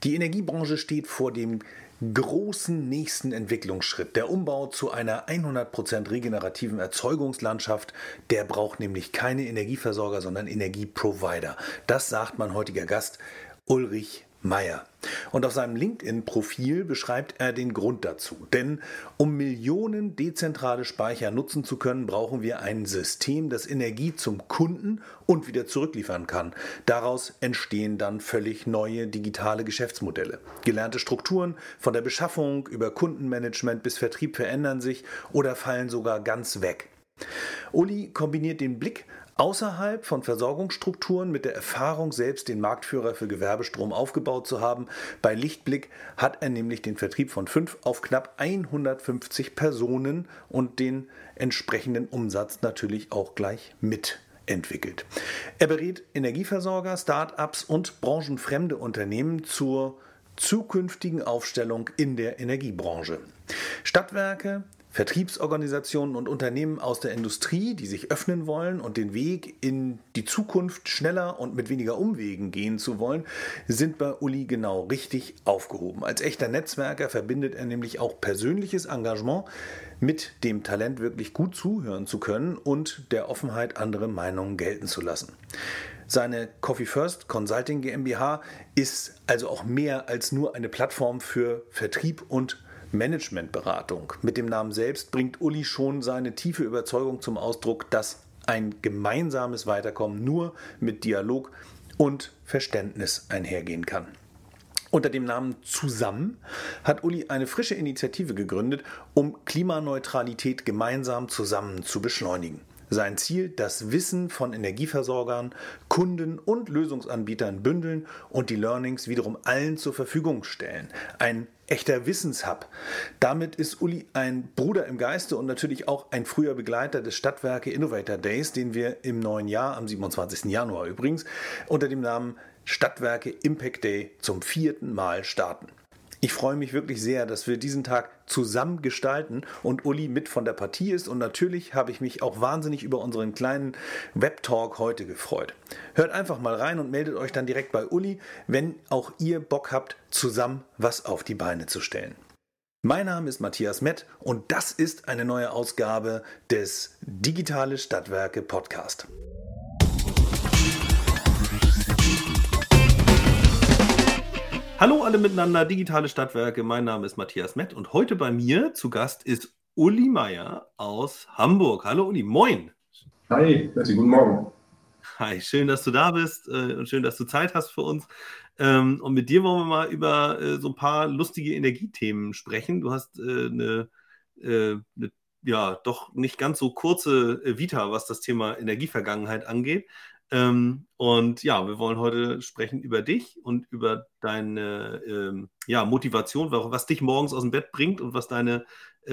Die Energiebranche steht vor dem großen nächsten Entwicklungsschritt. Der Umbau zu einer 100% regenerativen Erzeugungslandschaft, der braucht nämlich keine Energieversorger, sondern Energieprovider. Das sagt mein heutiger Gast Ulrich Meyer. Und auf seinem LinkedIn-Profil beschreibt er den Grund dazu. Denn um Millionen dezentrale Speicher nutzen zu können, brauchen wir ein System, das Energie zum Kunden und wieder zurückliefern kann. Daraus entstehen dann völlig neue digitale Geschäftsmodelle. Gelernte Strukturen von der Beschaffung über Kundenmanagement bis Vertrieb verändern sich oder fallen sogar ganz weg. Uli kombiniert den Blick außerhalb von Versorgungsstrukturen mit der Erfahrung, selbst den Marktführer für Gewerbestrom aufgebaut zu haben. Bei Lichtblick hat er nämlich den Vertrieb von 5 auf knapp 150 Personen und den entsprechenden Umsatz natürlich auch gleich mitentwickelt. Er berät Energieversorger, Start-ups und branchenfremde Unternehmen zur zukünftigen Aufstellung in der Energiebranche. Stadtwerke, Vertriebsorganisationen und Unternehmen aus der Industrie, die sich öffnen wollen und den Weg in die Zukunft schneller und mit weniger Umwegen gehen zu wollen, sind bei Uli genau richtig aufgehoben. Als echter Netzwerker verbindet er nämlich auch persönliches Engagement mit dem Talent, wirklich gut zuhören zu können und der Offenheit, andere Meinungen gelten zu lassen. Seine Coffee First Consulting GmbH ist also auch mehr als nur eine Plattform für Vertrieb und Managementberatung. Mit dem Namen selbst bringt Uli schon seine tiefe Überzeugung zum Ausdruck, dass ein gemeinsames Weiterkommen nur mit Dialog und Verständnis einhergehen kann. Unter dem Namen Zusammen hat Uli eine frische Initiative gegründet, um Klimaneutralität gemeinsam zusammen zu beschleunigen. Sein Ziel, das Wissen von Energieversorgern, Kunden und Lösungsanbietern bündeln und die Learnings wiederum allen zur Verfügung stellen. Ein echter Wissenshub. Damit ist Uli ein Bruder im Geiste und natürlich auch ein früher Begleiter des Stadtwerke Innovator Days, den wir im neuen Jahr, am 27. Januar übrigens, unter dem Namen Stadtwerke Impact Day zum 4. Mal starten. Ich freue mich wirklich sehr, dass wir diesen Tag zusammen gestalten und Uli mit von der Partie ist. Und natürlich habe ich mich auch wahnsinnig über unseren kleinen Web-Talk heute gefreut. Hört einfach mal rein und meldet euch dann direkt bei Uli, wenn auch ihr Bock habt, zusammen was auf die Beine zu stellen. Mein Name ist Matthias Mett und das ist eine neue Ausgabe des Digitale Stadtwerke Podcast. Hallo alle miteinander, Digitale Stadtwerke, mein Name ist Matthias Mett und heute bei mir zu Gast ist Uli Meyer aus Hamburg. Hallo Uli, moin. Hi, guten Morgen. Hi, schön, dass du da bist und schön, dass du Zeit hast für uns. Und mit dir wollen wir mal über so ein paar lustige Energiethemen sprechen. Du hast eine ja doch nicht ganz so kurze Vita, was das Thema Energievergangenheit angeht. Und ja, wir wollen heute sprechen über dich und über deine Motivation, was dich morgens aus dem Bett bringt und was deine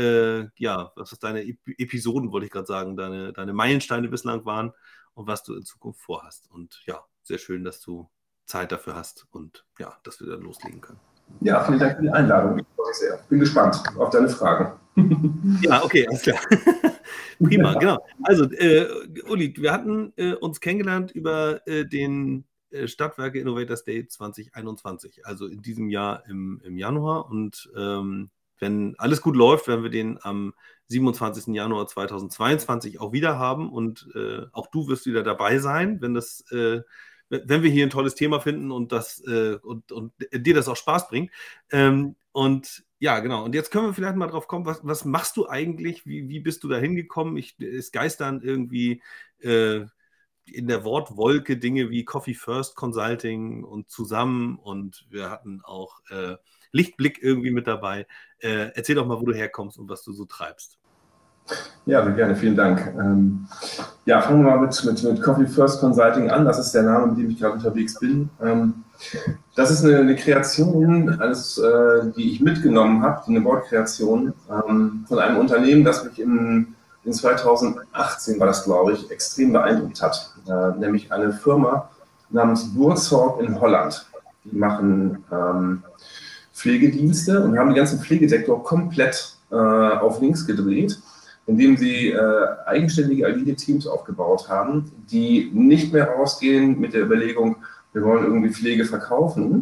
Episoden, wollte ich gerade sagen, deine Meilensteine bislang waren und was du in Zukunft vorhast. Und ja, sehr schön, dass du Zeit dafür hast und ja, dass wir dann loslegen können. Ja, vielen Dank für die Einladung. Ich freue mich sehr. Bin gespannt auf deine Fragen. Ja, okay, alles klar. Prima, genau. Also, Uli, wir hatten uns kennengelernt über den Stadtwerke Innovators Day 2021, also in diesem Jahr im Januar. Und wenn alles gut läuft, werden wir den am 27. Januar 2022 auch wieder haben. Und auch du wirst wieder dabei sein, wenn wir hier ein tolles Thema finden und und dir das auch Spaß bringt. Und ja, genau. Und jetzt können wir vielleicht mal drauf kommen, was machst du eigentlich? Wie bist du da hingekommen? Es geistern irgendwie in der Wortwolke Dinge wie Coffee First Consulting und zusammen und wir hatten auch Lichtblick irgendwie mit dabei. Erzähl doch mal, wo du herkommst und was du so treibst. Ja, sehr gerne, vielen Dank. Fangen wir mal mit Coffee First Consulting an. Das ist der Name, mit dem ich gerade unterwegs bin. Das ist eine Kreation, die ich mitgenommen habe, eine Wortkreation von einem Unternehmen, das mich in 2018 war das, glaube ich, extrem beeindruckt hat. Nämlich eine Firma namens Buurtzorg in Holland. Die machen Pflegedienste und haben den ganzen Pflegesektor komplett auf links gedreht, indem sie eigenständige agile Teams aufgebaut haben, die nicht mehr rausgehen mit der Überlegung, wir wollen irgendwie Pflege verkaufen,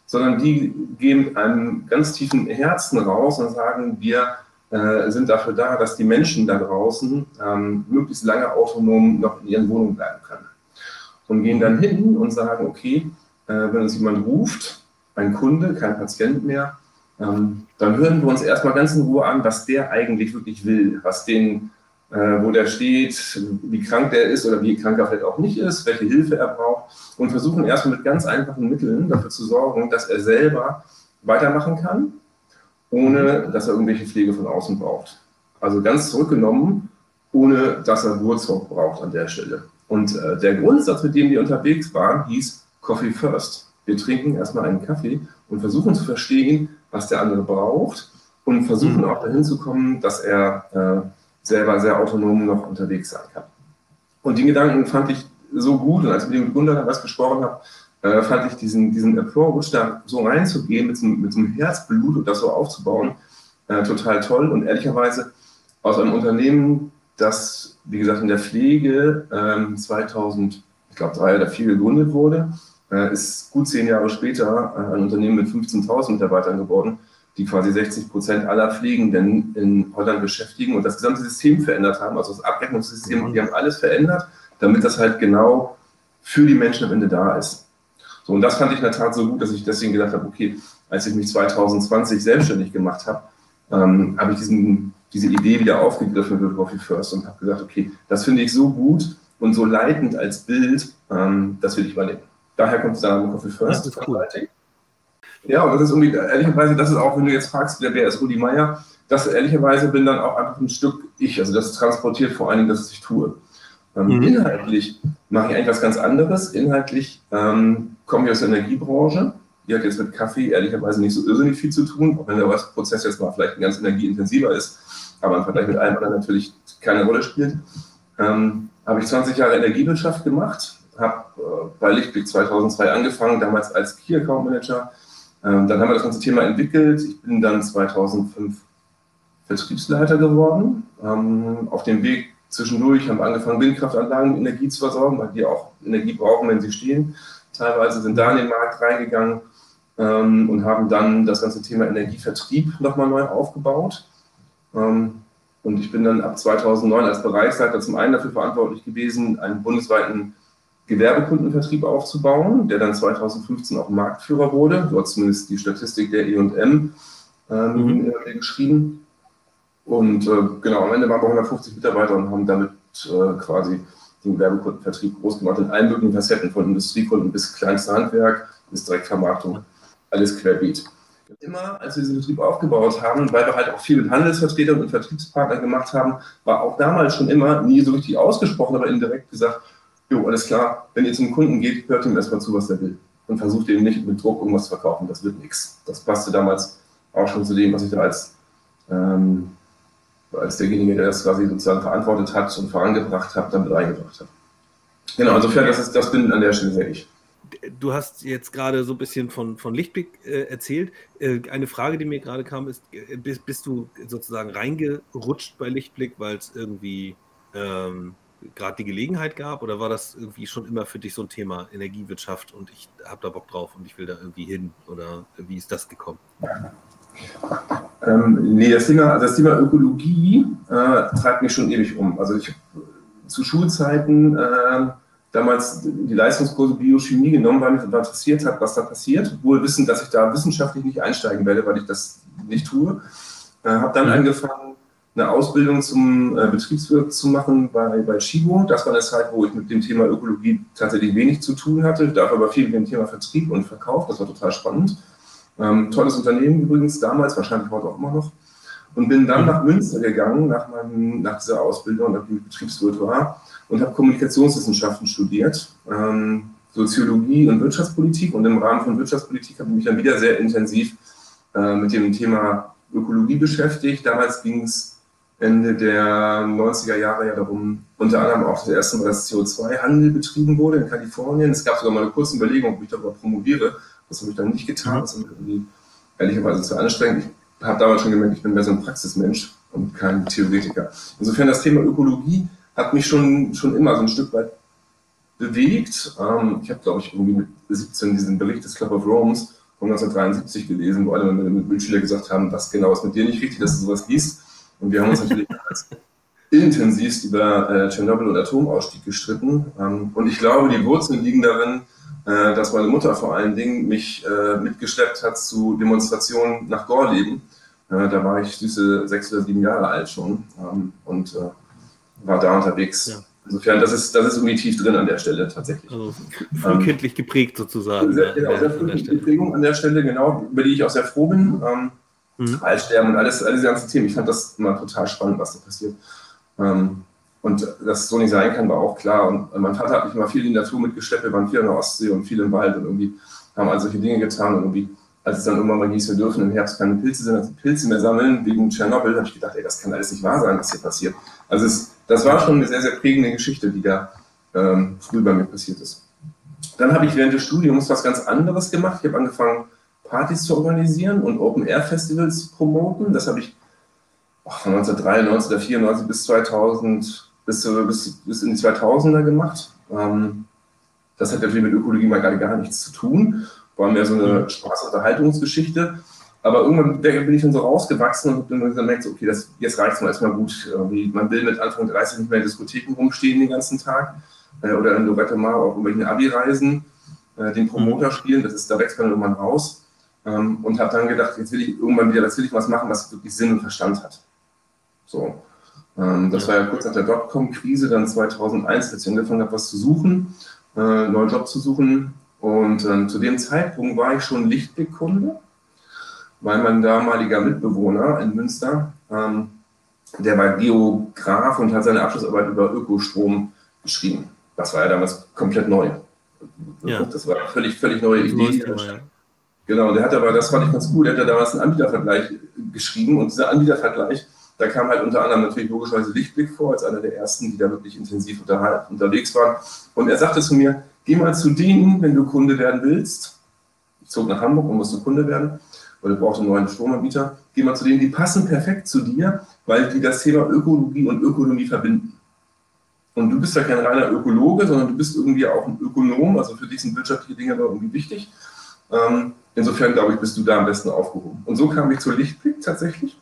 sondern die gehen mit einem ganz tiefen Herzen raus und sagen, wir sind dafür da, dass die Menschen da draußen möglichst lange autonom noch in ihren Wohnungen bleiben können. Und gehen dann hin und sagen, okay, wenn uns jemand ruft, ein Kunde, kein Patient mehr, dann hören wir uns erstmal ganz in Ruhe an, was der eigentlich wirklich will, wo der steht, wie krank der ist oder wie krank er vielleicht auch nicht ist, welche Hilfe er braucht und versuchen erstmal mit ganz einfachen Mitteln dafür zu sorgen, dass er selber weitermachen kann, ohne dass er irgendwelche Pflege von außen braucht. Also ganz zurückgenommen, ohne dass er Wurzhoff braucht an der Stelle. Und der Grundsatz, mit dem wir unterwegs waren, hieß Coffee First. Wir trinken erstmal einen Kaffee und versuchen zu verstehen, was der andere braucht und versuchen auch dahin zu kommen, dass er selber sehr autonom noch unterwegs sein kann. Und den Gedanken fand ich so gut, und als ich mit dem Gründer was gesprochen habe, fand ich diesen Approach, da so reinzugehen mit so einem Herzblut und das so aufzubauen, total toll. Und ehrlicherweise aus einem Unternehmen, das, wie gesagt, in der Pflege 2003 oder 2004 gegründet wurde, ist gut 10 Jahre später ein Unternehmen mit 15.000 Mitarbeitern geworden, die quasi 60% aller Pflegenden in Holland beschäftigen und das gesamte System verändert haben, also das Abrechnungssystem, die haben alles verändert, damit das halt genau für die Menschen am Ende da ist. So, und das fand ich in der Tat so gut, dass ich deswegen gedacht habe, okay, als ich mich 2020 selbstständig gemacht habe, habe ich diese Idee wieder aufgegriffen für Coffee First und habe gesagt, okay, das finde ich so gut und so leitend als Bild, das will ich übernehmen. Daher kommt es dann Coffee First. Das ist cool. Ja, und das ist irgendwie, ehrlicherweise, das ist auch, wenn du jetzt fragst, wer ist Rudi Meier, das ehrlicherweise bin dann auch einfach ein Stück ich, also das transportiert vor allen Dingen, dass ich tue. Inhaltlich mache ich eigentlich was ganz anderes. Inhaltlich komme ich aus der Energiebranche. Die hat jetzt mit Kaffee ehrlicherweise nicht so irrsinnig viel zu tun, auch wenn der Prozess jetzt mal vielleicht ganz energieintensiver ist, aber im Vergleich mit allem anderen natürlich keine Rolle spielt. Habe ich 20 Jahre Energiewirtschaft gemacht, habe bei Lichtblick 2002 angefangen, damals als Key Account Manager. Dann haben wir das ganze Thema entwickelt. Ich bin dann 2005 Vertriebsleiter geworden. Auf dem Weg zwischendurch haben wir angefangen, Windkraftanlagen mit Energie zu versorgen, weil die auch Energie brauchen, wenn sie stehen. Teilweise sind da in den Markt reingegangen und haben dann das ganze Thema Energievertrieb nochmal neu aufgebaut. Und ich bin dann ab 2009 als Bereichsleiter zum einen dafür verantwortlich gewesen, einen bundesweiten Gewerbekundenvertrieb aufzubauen, der dann 2015 auch Marktführer wurde. Dort zumindest die Statistik der E&M geschrieben. Und genau, am Ende waren wir 150 Mitarbeiter und haben damit quasi den Gewerbekundenvertrieb groß gemacht in allen möglichen Facetten, von Industriekunden bis kleinste Handwerk, bis Direktvermarktung, alles querbeet. Immer, als wir diesen Betrieb aufgebaut haben, weil wir halt auch viel mit Handelsvertretern und Vertriebspartnern gemacht haben, war auch damals schon immer nie so richtig ausgesprochen, aber indirekt gesagt, jo, alles klar, wenn ihr zum Kunden geht, hört ihm erstmal zu, was er will. Und versucht ihm nicht mit Druck irgendwas zu verkaufen, das wird nichts. Das passte damals auch schon zu dem, was ich da als derjenige, der das quasi sozusagen verantwortet hat und vorangebracht hat, damit reingebracht hat. Genau, insofern, das bin an der Stelle sehr ich. Du hast jetzt gerade so ein bisschen von Lichtblick erzählt. Eine Frage, die mir gerade kam, ist, bist du sozusagen reingerutscht bei Lichtblick, weil es irgendwie gerade die Gelegenheit gab, oder war das irgendwie schon immer für dich so ein Thema Energiewirtschaft und ich habe da Bock drauf und ich will da irgendwie hin, oder wie ist das gekommen? Nee, das Thema Ökologie treibt mich schon ewig um. Also ich habe zu Schulzeiten damals die Leistungskurse Biochemie genommen, weil mich das interessiert hat, was da passiert, wohl wissend, dass ich da wissenschaftlich nicht einsteigen werde, weil ich das nicht tue. Habe dann angefangen, eine Ausbildung zum Betriebswirt zu machen bei Chibo. Das war eine Zeit, wo ich mit dem Thema Ökologie tatsächlich wenig zu tun hatte, dafür aber viel mit dem Thema Vertrieb und Verkauf. Das war total spannend. Tolles Unternehmen übrigens, damals, wahrscheinlich heute auch immer noch. Und bin dann nach Münster gegangen, nach dieser Ausbildung, nachdem ich Betriebswirt war, und habe Kommunikationswissenschaften studiert, Soziologie und Wirtschaftspolitik. Und im Rahmen von Wirtschaftspolitik habe ich mich dann wieder sehr intensiv mit dem Thema Ökologie beschäftigt. Damals ging es Ende der 90er Jahre ja darum, unter anderem auch das erste Mal, dass CO2-Handel betrieben wurde in Kalifornien. Es gab sogar mal eine kurze Überlegung, ob ich darüber promoviere. Das habe ich dann nicht getan. Das ist irgendwie ehrlicherweise zu anstrengend. Ich habe damals schon gemerkt, ich bin mehr so ein Praxismensch und kein Theoretiker. Insofern das Thema Ökologie hat mich schon immer so ein Stück weit bewegt. Ich habe, glaube ich, irgendwie mit 17 diesen Bericht des Club of Rome von 1973 gelesen, wo alle meine Mitschüler gesagt haben, was genau ist mit dir nicht richtig, dass du sowas liest. Und wir haben uns natürlich intensivst über Tschernobyl und Atomausstieg gestritten. Und ich glaube, die Wurzeln liegen darin, dass meine Mutter vor allen Dingen mich mitgeschleppt hat zu Demonstrationen nach Gorleben. Da war ich süße 6 oder 7 Jahre alt schon und war da unterwegs. Ja. Insofern, das ist irgendwie tief drin an der Stelle tatsächlich. Also frühkindlich geprägt sozusagen. Sehr frühkindliche Prägung an der Stelle, genau, über die ich auch sehr froh bin. Waldsterben und alles diese ganzen Themen. Ich fand das immer total spannend, was da passiert. Und dass es so nicht sein kann, war auch klar. Und mein Vater hat mich immer viel in die Natur mitgeschleppt. Wir waren viel in der Ostsee und viel im Wald und irgendwie haben all solche Dinge getan. Und irgendwie, als es dann irgendwann mal hieß, wir dürfen im Herbst keine Pilze mehr sammeln wegen Tschernobyl, habe ich gedacht, ey, das kann alles nicht wahr sein, was hier passiert. Also das war schon eine sehr, sehr prägende Geschichte, die da früh bei mir passiert ist. Dann habe ich während des Studiums was ganz anderes gemacht. Ich habe angefangen, Partys zu organisieren und Open-Air-Festivals zu promoten. Das habe ich von 1993 oder 94 bis 2000, bis in die 2000er gemacht. Das hat natürlich mit Ökologie mal gar nichts zu tun. War mehr so eine Spaß-Unterhaltungsgeschichte. Aber irgendwann bin ich dann so rausgewachsen und habe dann gemerkt, okay, jetzt reicht es mal erstmal gut. Man will mit Anfang 30 nicht mehr in Diskotheken rumstehen den ganzen Tag oder in Lorette Mar auf irgendwelchen Abi-Reisen den Promoter spielen. Da wächst man irgendwann raus. Und habe dann gedacht, jetzt will ich was machen, was wirklich Sinn und Verstand hat. So. Das war ja kurz nach der Dotcom-Krise, dann 2001, als ich angefangen habe, was zu suchen, einen neuen Job zu suchen. Und zu dem Zeitpunkt war ich schon Lichtblick-Kunde, weil mein damaliger Mitbewohner in Münster, der war Geograf und hat seine Abschlussarbeit über Ökostrom geschrieben. Das war ja damals komplett neu. Ja. Das war eine völlig neue Idee. Genau, das fand ich ganz gut, der hat ja damals einen Anbietervergleich geschrieben und dieser Anbietervergleich, da kam halt unter anderem natürlich logischerweise Lichtblick vor, als einer der ersten, die da wirklich intensiv unterwegs waren. Und er sagte zu mir, geh mal zu denen, wenn du Kunde werden willst. Ich zog nach Hamburg und musste Kunde werden, weil ich brauchte einen neuen Stromanbieter. Geh mal zu denen, die passen perfekt zu dir, weil die das Thema Ökologie und Ökonomie verbinden. Und du bist ja kein reiner Ökologe, sondern du bist irgendwie auch ein Ökonom, also für dich sind wirtschaftliche Dinge aber irgendwie wichtig. Insofern, glaube ich, bist du da am besten aufgehoben. Und so kam ich zu Lichtblick tatsächlich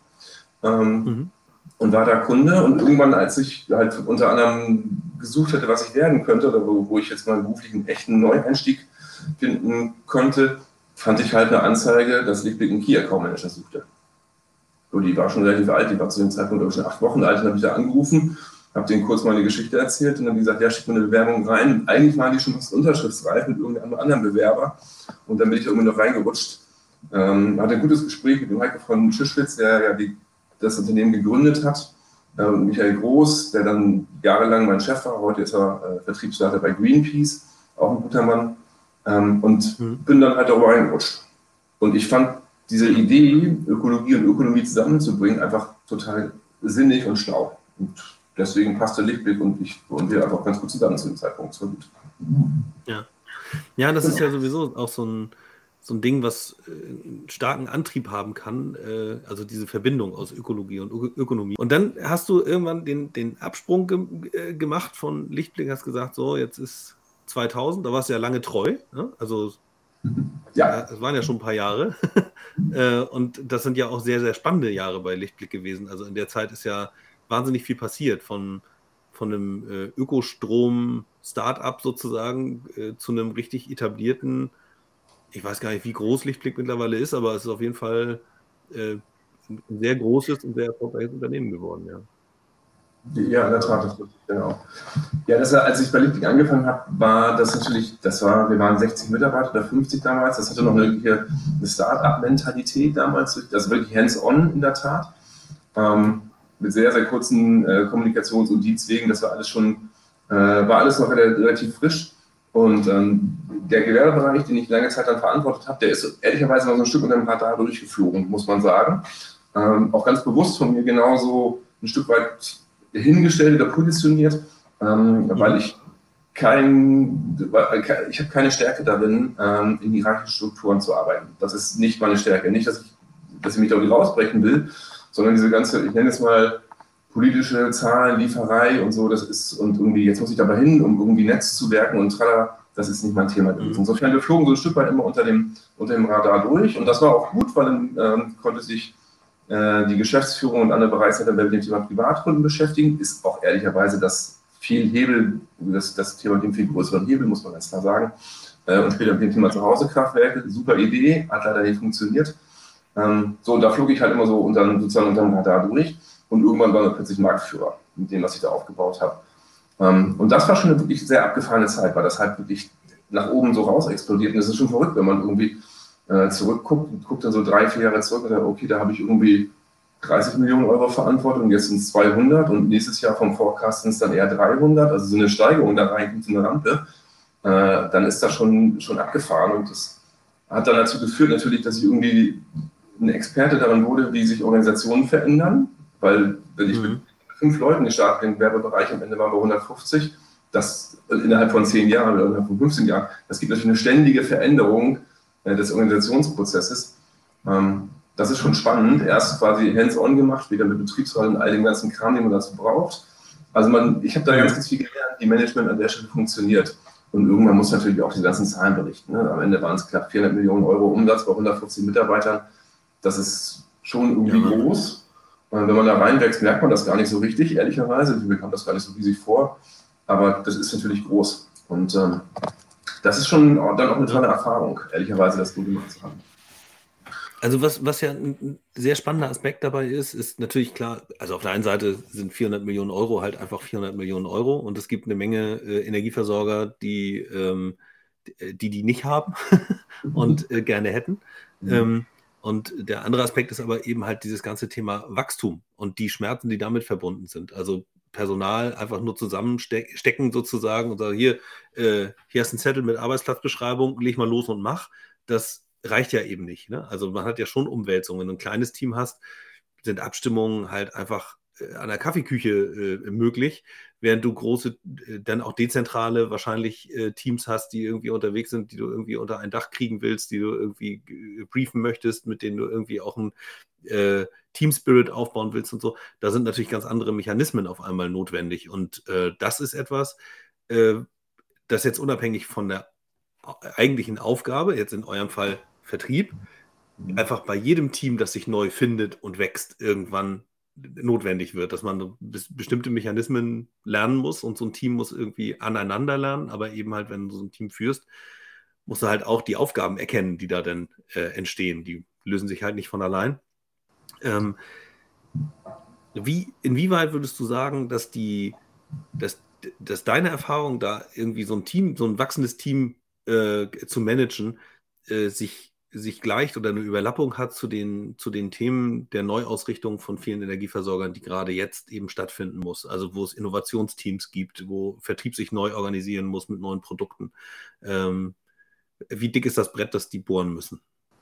und war da Kunde. Und irgendwann, als ich halt unter anderem gesucht hatte, was ich werden könnte oder wo ich jetzt mal beruflichen echten Neueinstieg finden konnte, fand ich halt eine Anzeige, dass Lichtblick einen Key-Account-Manager suchte. So, die war schon relativ alt, die war zu dem Zeitpunkt, glaube ich, schon 8 Wochen alt. Dann habe ich da angerufen, habe denen kurz meine Geschichte erzählt und dann gesagt, ja, schick mir eine Bewerbung rein. Und eigentlich waren die schon fast unterschriftsreif mit irgendeinem anderen Bewerber. Und dann bin ich da irgendwie noch reingerutscht. Hatte ein gutes Gespräch mit dem Heiko von Schischwitz, der ja das Unternehmen gegründet hat. Und Michael Groß, der dann jahrelang mein Chef war. Heute ist er Vertriebsleiter bei Greenpeace, auch ein guter Mann. Und bin dann halt darüber reingerutscht. Und ich fand diese Idee, Ökologie und Ökonomie zusammenzubringen, einfach total sinnig und schlau. Und deswegen passte Lichtblick und wir einfach ganz gut zusammen zu dem Zeitpunkt. So gut. Ja, das ist ja sowieso auch so ein Ding, was einen starken Antrieb haben kann, also diese Verbindung aus Ökologie und Ökonomie. Und dann hast du irgendwann den Absprung gemacht von Lichtblick, hast gesagt, so, jetzt ist 2000, da warst du ja lange treu, ne? Also es waren ja schon ein paar Jahre und das sind ja auch sehr, sehr spannende Jahre bei Lichtblick gewesen. Also in der Zeit ist ja wahnsinnig viel passiert, von einem Ökostrom-Startup sozusagen zu einem richtig etablierten, ich weiß gar nicht, wie groß Lichtblick mittlerweile ist, aber es ist auf jeden Fall ein sehr großes und sehr erfolgreiches Unternehmen geworden, ja. Ja, in der Tat, das ist richtig, genau. Ja, als ich bei Lichtblick angefangen habe, war das natürlich, wir waren 60 Mitarbeiter oder 50 damals, das hatte noch eine Start-up-Mentalität damals, also wirklich hands-on in der Tat, mit sehr, sehr kurzen Kommunikations- und Dienstwegen, das war alles noch relativ frisch. Und der Gewerbebereich, den ich lange Zeit dann verantwortet habe, der ist ehrlicherweise noch so ein Stück unter dem Radar durchgeflogen, muss man sagen. Auch ganz bewusst von mir genauso ein Stück weit hingestellt oder positioniert, weil ich habe keine Stärke darin, in hierarchischen Strukturen zu arbeiten. Das ist nicht meine Stärke. Nicht, dass ich mich da irgendwie rausbrechen will, sondern diese ganze, ich nenne es mal, politische Zahlen, Lieferei und so, das ist, und irgendwie, jetzt muss ich dabei hin, um irgendwie Netz zu werken und tralala, das ist nicht mein Thema gewesen. Insofern, wir flogen so ein Stück weit immer unter dem Radar durch und das war auch gut, weil dann konnte sich die Geschäftsführung und andere Bereichsleiter mit dem Thema Privatkunden beschäftigen. Ist auch ehrlicherweise das viel Hebel, das Thema mit dem viel größeren Hebel, muss man ganz klar sagen. Und später mit dem Thema Zuhause-Kraftwerke, super Idee, hat leider nicht funktioniert. So, da flog ich halt immer so sozusagen unter dem Radar durch und irgendwann war ich plötzlich Marktführer mit dem, was ich da aufgebaut habe. Und das war schon eine wirklich sehr abgefahrene Zeit, weil das halt wirklich nach oben so raus explodiert. Und das ist schon verrückt, wenn man irgendwie zurückguckt und guckt dann so 3-4 Jahre zurück und sagt, okay, da habe ich irgendwie 30 Millionen Euro Verantwortung, jetzt sind es 200 und nächstes Jahr vom Forecast sind es dann eher 300, also so eine Steigerung da rein kommt, so eine Rampe, dann ist das schon abgefahren und das hat dann dazu geführt natürlich, dass ich irgendwie ein Experte darin wurde, wie sich Organisationen verändern, weil wenn ich mit 5 Leuten gestartet bin im Werbebereich, am Ende waren wir 150, das innerhalb von 10 Jahren oder innerhalb von 15 Jahren, das gibt natürlich eine ständige Veränderung des Organisationsprozesses. Das ist schon spannend. Erst quasi hands-on gemacht, wieder mit Betriebsrat und all dem ganzen Kram, den man dazu braucht. Also ich habe da ganz viel gelernt, wie Management an der Stelle funktioniert. Und irgendwann muss natürlich auch die ganzen Zahlen berichten. Ne? Am Ende waren es knapp 400 Millionen Euro Umsatz bei 150 Mitarbeitern. Das ist schon irgendwie groß. Und wenn man da reinwächst, merkt man das gar nicht so richtig, ehrlicherweise. Wir bekommen das gar nicht so riesig vor. Aber das ist natürlich groß. Und das ist schon dann auch eine tolle Erfahrung, ehrlicherweise, das gut gemacht zu haben. Also was ja ein sehr spannender Aspekt dabei ist natürlich klar, also auf der einen Seite sind 400 Millionen Euro halt einfach 400 Millionen Euro und es gibt eine Menge Energieversorger, die nicht haben und gerne hätten. Und der andere Aspekt ist aber eben halt dieses ganze Thema Wachstum und die Schmerzen, die damit verbunden sind. Also Personal einfach nur zusammenstecken sozusagen und sagen, hier hast du einen Zettel mit Arbeitsplatzbeschreibung, leg mal los und mach. Das reicht ja eben nicht. Ne? Also man hat ja schon Umwälzungen. Wenn du ein kleines Team hast, sind Abstimmungen halt einfach an der Kaffeeküche möglich, während du große, dann auch dezentrale wahrscheinlich Teams hast, die irgendwie unterwegs sind, die du irgendwie unter ein Dach kriegen willst, die du irgendwie briefen möchtest, mit denen du irgendwie auch ein Team-Spirit aufbauen willst und so. Da sind natürlich ganz andere Mechanismen auf einmal notwendig. Und das ist etwas, das jetzt unabhängig von der eigentlichen Aufgabe, jetzt in eurem Fall Vertrieb, einfach bei jedem Team, das sich neu findet und wächst, irgendwann notwendig wird, dass man bestimmte Mechanismen lernen muss und so ein Team muss irgendwie aneinander lernen, aber eben halt, wenn du so ein Team führst, musst du halt auch die Aufgaben erkennen, die da dann entstehen. Die lösen sich halt nicht von allein. Inwieweit würdest du sagen, dass deine Erfahrung da irgendwie so ein Team, so ein wachsendes Team zu managen, sich gleicht oder eine Überlappung hat zu den Themen der Neuausrichtung von vielen Energieversorgern, die gerade jetzt eben stattfinden muss. Also wo es Innovationsteams gibt, wo Vertrieb sich neu organisieren muss mit neuen Produkten. Wie dick ist das Brett, das die bohren müssen?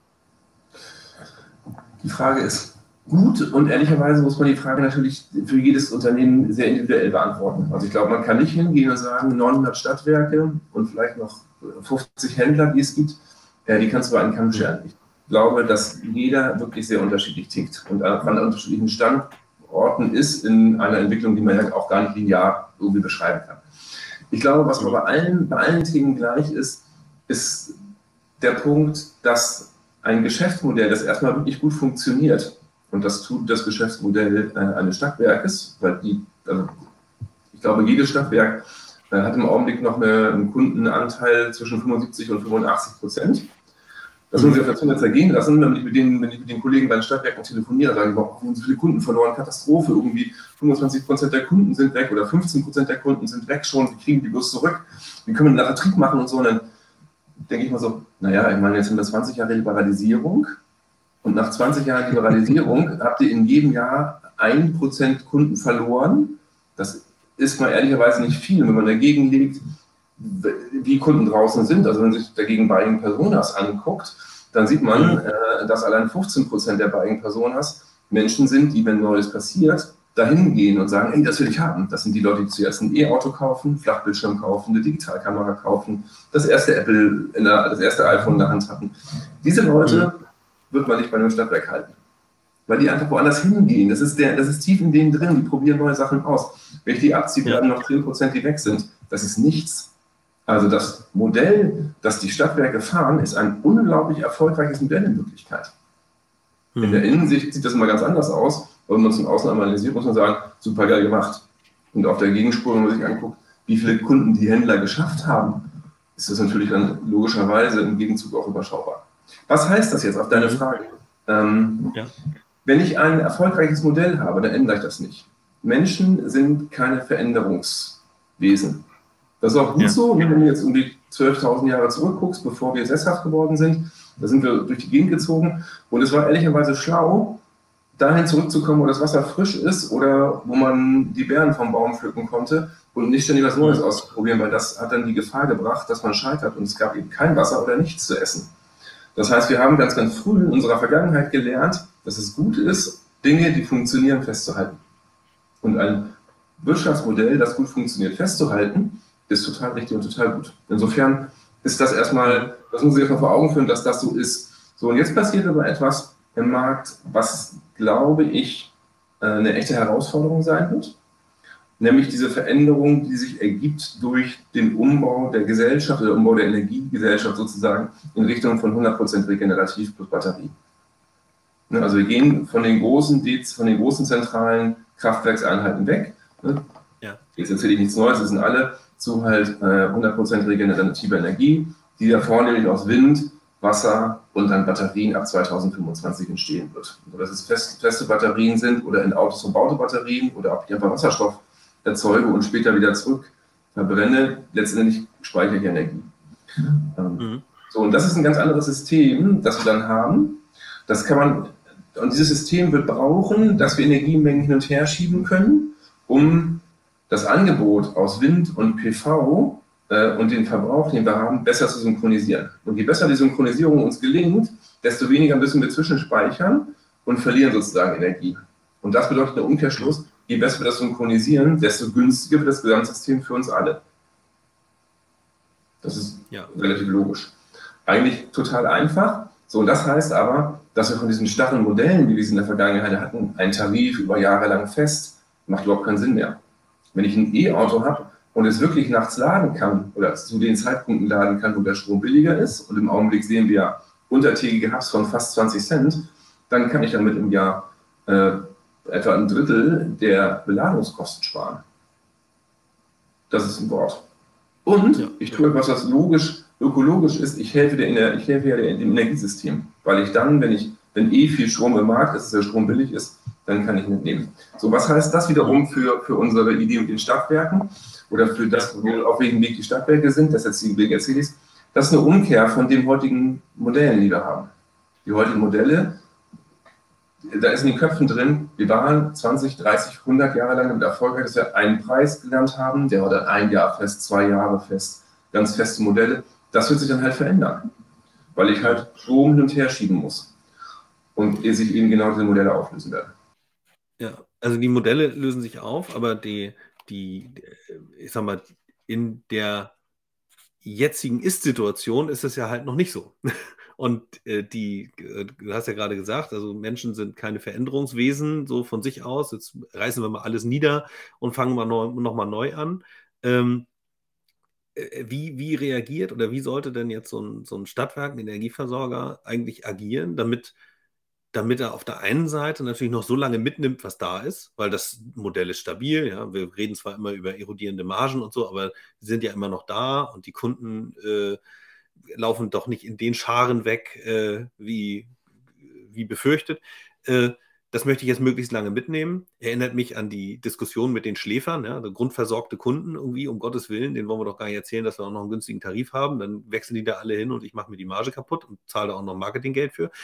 Die Frage ist gut und ehrlicherweise muss man die Frage natürlich für jedes Unternehmen sehr individuell beantworten. Also ich glaube, man kann nicht hingehen und sagen, 900 Stadtwerke und vielleicht noch 50 Händler, die es gibt, die kannst du einen Kamm scheren. Ich glaube, dass jeder wirklich sehr unterschiedlich tickt und an unterschiedlichen Standorten ist in einer Entwicklung, die man ja auch gar nicht linear irgendwie beschreiben kann. Ich glaube, was bei allen Themen gleich ist der Punkt, dass ein Geschäftsmodell, das erstmal wirklich gut funktioniert, und das tut das Geschäftsmodell eines Stadtwerkes, weil ich glaube, jedes Stadtwerk hat im Augenblick noch einen Kundenanteil zwischen 75% und 85%. Das muss ich auf der Zunge zergehen lassen, wenn ich mit den Kollegen bei den Stadtwerken telefoniere, sagen, wir haben so viele Kunden verloren, Katastrophe, irgendwie 25% der Kunden sind weg oder 15% der Kunden sind weg schon, wir kriegen die bloß zurück, wie können wir einen Vertrieb machen und so. Und dann denke ich mal so, naja, ich meine, jetzt sind das 20 Jahre Liberalisierung und nach 20 Jahren Liberalisierung habt ihr in jedem Jahr 1% Kunden verloren. Das ist mal ehrlicherweise nicht viel, wenn man dagegen legt, wie Kunden draußen sind. Also wenn man sich dagegen Buying Personas anguckt, dann sieht man, dass allein 15% der Buying Personas Menschen sind, die, wenn Neues passiert, dahin gehen und sagen, ey, das will ich haben. Das sind die Leute, die zuerst ein E-Auto kaufen, Flachbildschirm kaufen, eine Digitalkamera kaufen, das erste das erste iPhone in der Hand hatten. Diese Leute wird man nicht bei einem Stadtwerk halten. Weil die einfach woanders hingehen. Das ist tief in denen drin, die probieren neue Sachen aus. Wenn ich die abziehe, bleiben noch 10%, die weg sind. Das ist nichts. Also das Modell, das die Stadtwerke fahren, ist ein unglaublich erfolgreiches Modell in Wirklichkeit. In der Innensicht sieht das immer ganz anders aus. Wenn man es von außen analysiert, muss man sagen, super geil gemacht. Und auf der Gegenspur, wenn man sich anguckt, wie viele Kunden die Händler geschafft haben, ist das natürlich dann logischerweise im Gegenzug auch überschaubar. Was heißt das jetzt auf deine Frage? Wenn ich ein erfolgreiches Modell habe, dann ändere ich das nicht. Menschen sind keine Veränderungswesen. Das ist auch gut so, wenn du jetzt um die 12.000 Jahre zurückguckst, bevor wir sesshaft geworden sind. Da sind wir durch die Gegend gezogen und es war ehrlicherweise schlau, dahin zurückzukommen, wo das Wasser frisch ist oder wo man die Beeren vom Baum pflücken konnte und nicht ständig was Neues auszuprobieren, weil das hat dann die Gefahr gebracht, dass man scheitert und es gab eben kein Wasser oder nichts zu essen. Das heißt, wir haben ganz, ganz früh in unserer Vergangenheit gelernt, dass es gut ist, Dinge, die funktionieren, festzuhalten. Und ein Wirtschaftsmodell, das gut funktioniert, festzuhalten, ist total richtig und total gut. Insofern ist das erstmal, das muss ich erstmal vor Augen führen, dass das so ist. So, und jetzt passiert aber etwas im Markt, was, glaube ich, eine echte Herausforderung sein wird. Nämlich diese Veränderung, die sich ergibt durch den Umbau der Gesellschaft, oder Umbau der Energiegesellschaft sozusagen, in Richtung von 100% regenerativ plus Batterie. Also wir gehen von den großen zentralen Kraftwerkseinheiten weg. Jetzt erzähle ich nichts Neues, das sind alle zu halt 100% regenerative Energie, die da vornehmlich aus Wind, Wasser und dann Batterien ab 2025 entstehen wird. Ob das jetzt feste Batterien sind oder in Autos verbaute Batterien oder ob ich einfach Wasserstoff erzeuge und später wieder zurück verbrenne, letztendlich speichere ich Energie. So, und das ist ein ganz anderes System, das wir dann haben. Das kann man, und dieses System wird brauchen, dass wir Energiemengen hin und her schieben können, um das Angebot aus Wind und PV und den Verbrauch, den wir haben, besser zu synchronisieren. Und je besser die Synchronisierung uns gelingt, desto weniger müssen wir zwischenspeichern und verlieren sozusagen Energie. Und das bedeutet der Umkehrschluss, je besser wir das synchronisieren, desto günstiger wird das Gesamtsystem für uns alle. Das ist relativ logisch. Eigentlich total einfach. So, und das heißt aber, dass wir von diesen starren Modellen, wie wir sie in der Vergangenheit hatten, einen Tarif über Jahre lang fest, macht überhaupt keinen Sinn mehr. Wenn ich ein E-Auto habe und es wirklich nachts laden kann oder zu den Zeitpunkten laden kann, wo der Strom billiger ist, und im Augenblick sehen wir untertägige Hubs von fast 20 Cent, dann kann ich damit im Jahr etwa ein Drittel der Beladungskosten sparen. Das ist ein Wort. Und ich tue etwas, was ökologisch ist. Ich helfe dem Energiesystem, weil ich dann, wenn viel Strom im Markt ist, der Strom billig ist, dann kann ich mitnehmen. So, was heißt das wiederum für unsere Idee mit den Stadtwerken oder für das, auf welchem Weg die Stadtwerke sind, das jetzt wegen erzähle ich. Das ist eine Umkehr von den heutigen Modellen, die wir haben. Die heutigen Modelle, da ist in den Köpfen drin, wir waren 20, 30, 100 Jahre lang damit erfolgreich, dass wir einen Preis gelernt haben, der war dann 1 Jahr fest, 2 Jahre fest, ganz feste Modelle. Das wird sich dann halt verändern, weil ich halt Strom hin und her schieben muss und sich eben genau diese Modelle auflösen werden. Ja, also die Modelle lösen sich auf, aber ich sag mal, in der jetzigen Ist-Situation ist es ja halt noch nicht so. Und du hast ja gerade gesagt, also Menschen sind keine Veränderungswesen, so von sich aus. Jetzt reißen wir mal alles nieder und fangen wir nochmal neu an. Wie reagiert oder wie sollte denn jetzt so ein Stadtwerk, ein Energieversorger eigentlich agieren, damit er auf der einen Seite natürlich noch so lange mitnimmt, was da ist, weil das Modell ist stabil. Ja? Wir reden zwar immer über erodierende Margen und so, aber sie sind ja immer noch da und die Kunden laufen doch nicht in den Scharen weg, wie befürchtet. Das möchte ich jetzt möglichst lange mitnehmen. Erinnert mich an die Diskussion mit den Schläfern, ja? Also grundversorgte Kunden irgendwie, um Gottes Willen, denen wollen wir doch gar nicht erzählen, dass wir auch noch einen günstigen Tarif haben. Dann wechseln die da alle hin und ich mache mir die Marge kaputt und zahle da auch noch Marketinggeld für.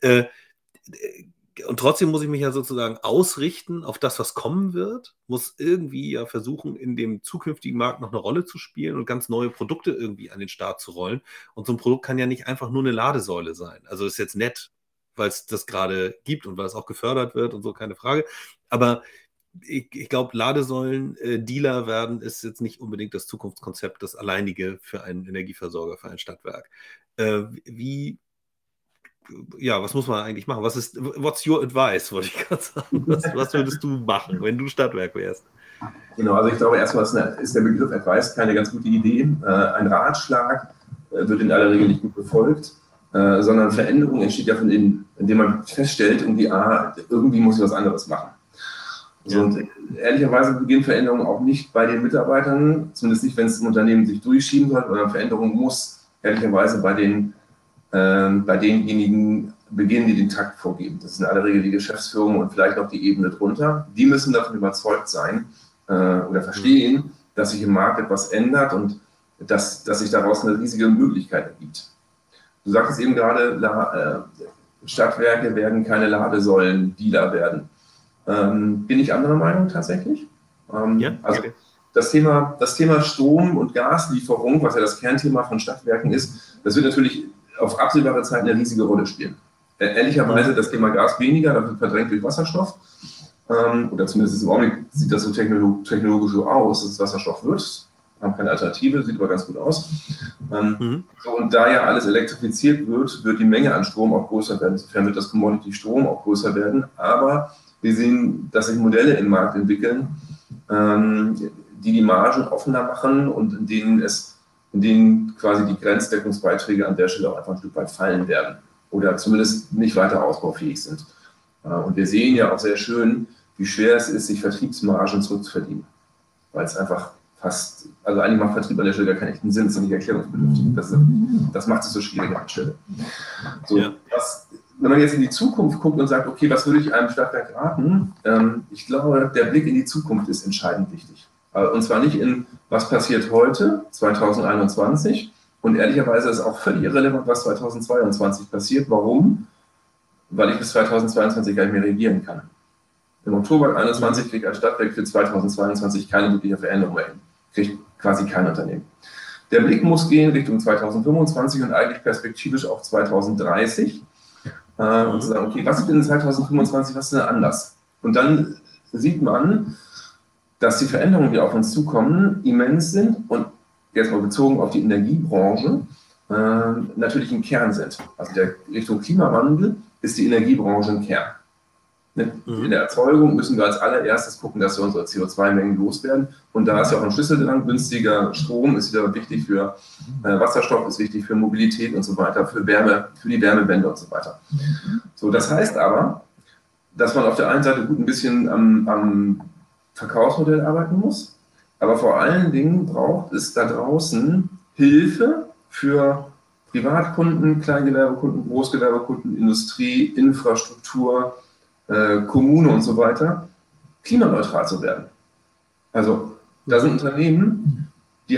Und trotzdem muss ich mich ja sozusagen ausrichten auf das, was kommen wird, muss irgendwie ja versuchen, in dem zukünftigen Markt noch eine Rolle zu spielen und ganz neue Produkte irgendwie an den Start zu rollen. Und so ein Produkt kann ja nicht einfach nur eine Ladesäule sein. Also ist jetzt nett, weil es das gerade gibt und weil es auch gefördert wird und so, keine Frage. Aber ich glaube, Ladesäulen-Dealer werden ist jetzt nicht unbedingt das Zukunftskonzept, das alleinige für einen Energieversorger, für ein Stadtwerk. Was muss man eigentlich machen? What's your advice, wollte ich gerade sagen. Was würdest du machen, wenn du Stadtwerk wärst? Genau, also ich glaube, erstmal ist der Begriff Advice keine ganz gute Idee. Ein Ratschlag wird in aller Regel nicht gut befolgt, sondern Veränderung entsteht ja von innen, indem man feststellt, irgendwie muss ich was anderes machen. So, und ehrlicherweise beginnt Veränderung auch nicht bei den Mitarbeitern, zumindest nicht, wenn es im Unternehmen sich durchschieben soll, sondern Veränderung muss ehrlicherweise bei denjenigen beginnen, die den Takt vorgeben. Das ist in aller Regel die Geschäftsführung und vielleicht auch die Ebene drunter. Die müssen davon überzeugt sein oder verstehen, dass sich im Markt etwas ändert und dass sich daraus eine riesige Möglichkeit ergibt. Du sagtest eben gerade, Stadtwerke werden keine Ladesäulen-Dealer werden. Bin ich anderer Meinung tatsächlich? Also das Thema Strom- und Gaslieferung, was ja das Kernthema von Stadtwerken ist, das wird natürlich auf absehbare Zeit eine riesige Rolle spielen. Ehrlicherweise das Thema Gas weniger, das wird verdrängt durch Wasserstoff. Oder zumindest im Augenblick sieht das so technologisch so aus, dass es Wasserstoff wird. Wir haben keine Alternative, sieht aber ganz gut aus. So, und da ja alles elektrifiziert wird die Menge an Strom auch größer werden. Insofern wird das Commodity Strom auch größer werden. Aber wir sehen, dass sich Modelle im Markt entwickeln, die Margen offener machen und in denen quasi die Grenzdeckungsbeiträge an der Stelle auch einfach ein Stück weit fallen werden oder zumindest nicht weiter ausbaufähig sind. Und wir sehen ja auch sehr schön, wie schwer es ist, sich Vertriebsmargen zurückzuverdienen. Weil es einfach also eigentlich macht Vertrieb an der Stelle gar keinen echten Sinn, das ist nicht erklärungsbedürftig. Das macht es so schwierig an der Stelle. So, wenn man jetzt in die Zukunft guckt und sagt, okay, was würde ich einem Stadtwerk raten? Ich glaube, der Blick in die Zukunft ist entscheidend wichtig. Und zwar nicht in, was passiert heute, 2021. Und ehrlicherweise ist auch völlig irrelevant, was 2022 passiert. Warum? Weil ich bis 2022 gar nicht mehr regieren kann. Im Oktober 2021 kriegt ein Stadtwerk für 2022 keine wirkliche Veränderung mehr hin. Kriegt quasi kein Unternehmen. Der Blick muss gehen Richtung 2025 und eigentlich perspektivisch auf 2030. Und zu sagen, okay, was ist denn in 2025, was ist denn anders? Und dann sieht man, dass die Veränderungen, die auf uns zukommen, immens sind und jetzt mal bezogen auf die Energiebranche natürlich ein Kern sind. Also der Richtung Klimawandel ist die Energiebranche ein Kern. In der Erzeugung müssen wir als allererstes gucken, dass wir unsere CO2-Mengen loswerden. Und da ist ja auch ein Schlüssel dran. Günstiger Strom ist wieder wichtig für Wasserstoff, ist wichtig für Mobilität und so weiter, für die Wärmewende und so weiter. So, das heißt aber, dass man auf der einen Seite gut ein bisschen am Verkaufsmodell arbeiten muss, aber vor allen Dingen braucht es da draußen Hilfe für Privatkunden, Kleingewerbekunden, Großgewerbekunden, Industrie, Infrastruktur, Kommune und so weiter, klimaneutral zu werden. Also da sind Unternehmen,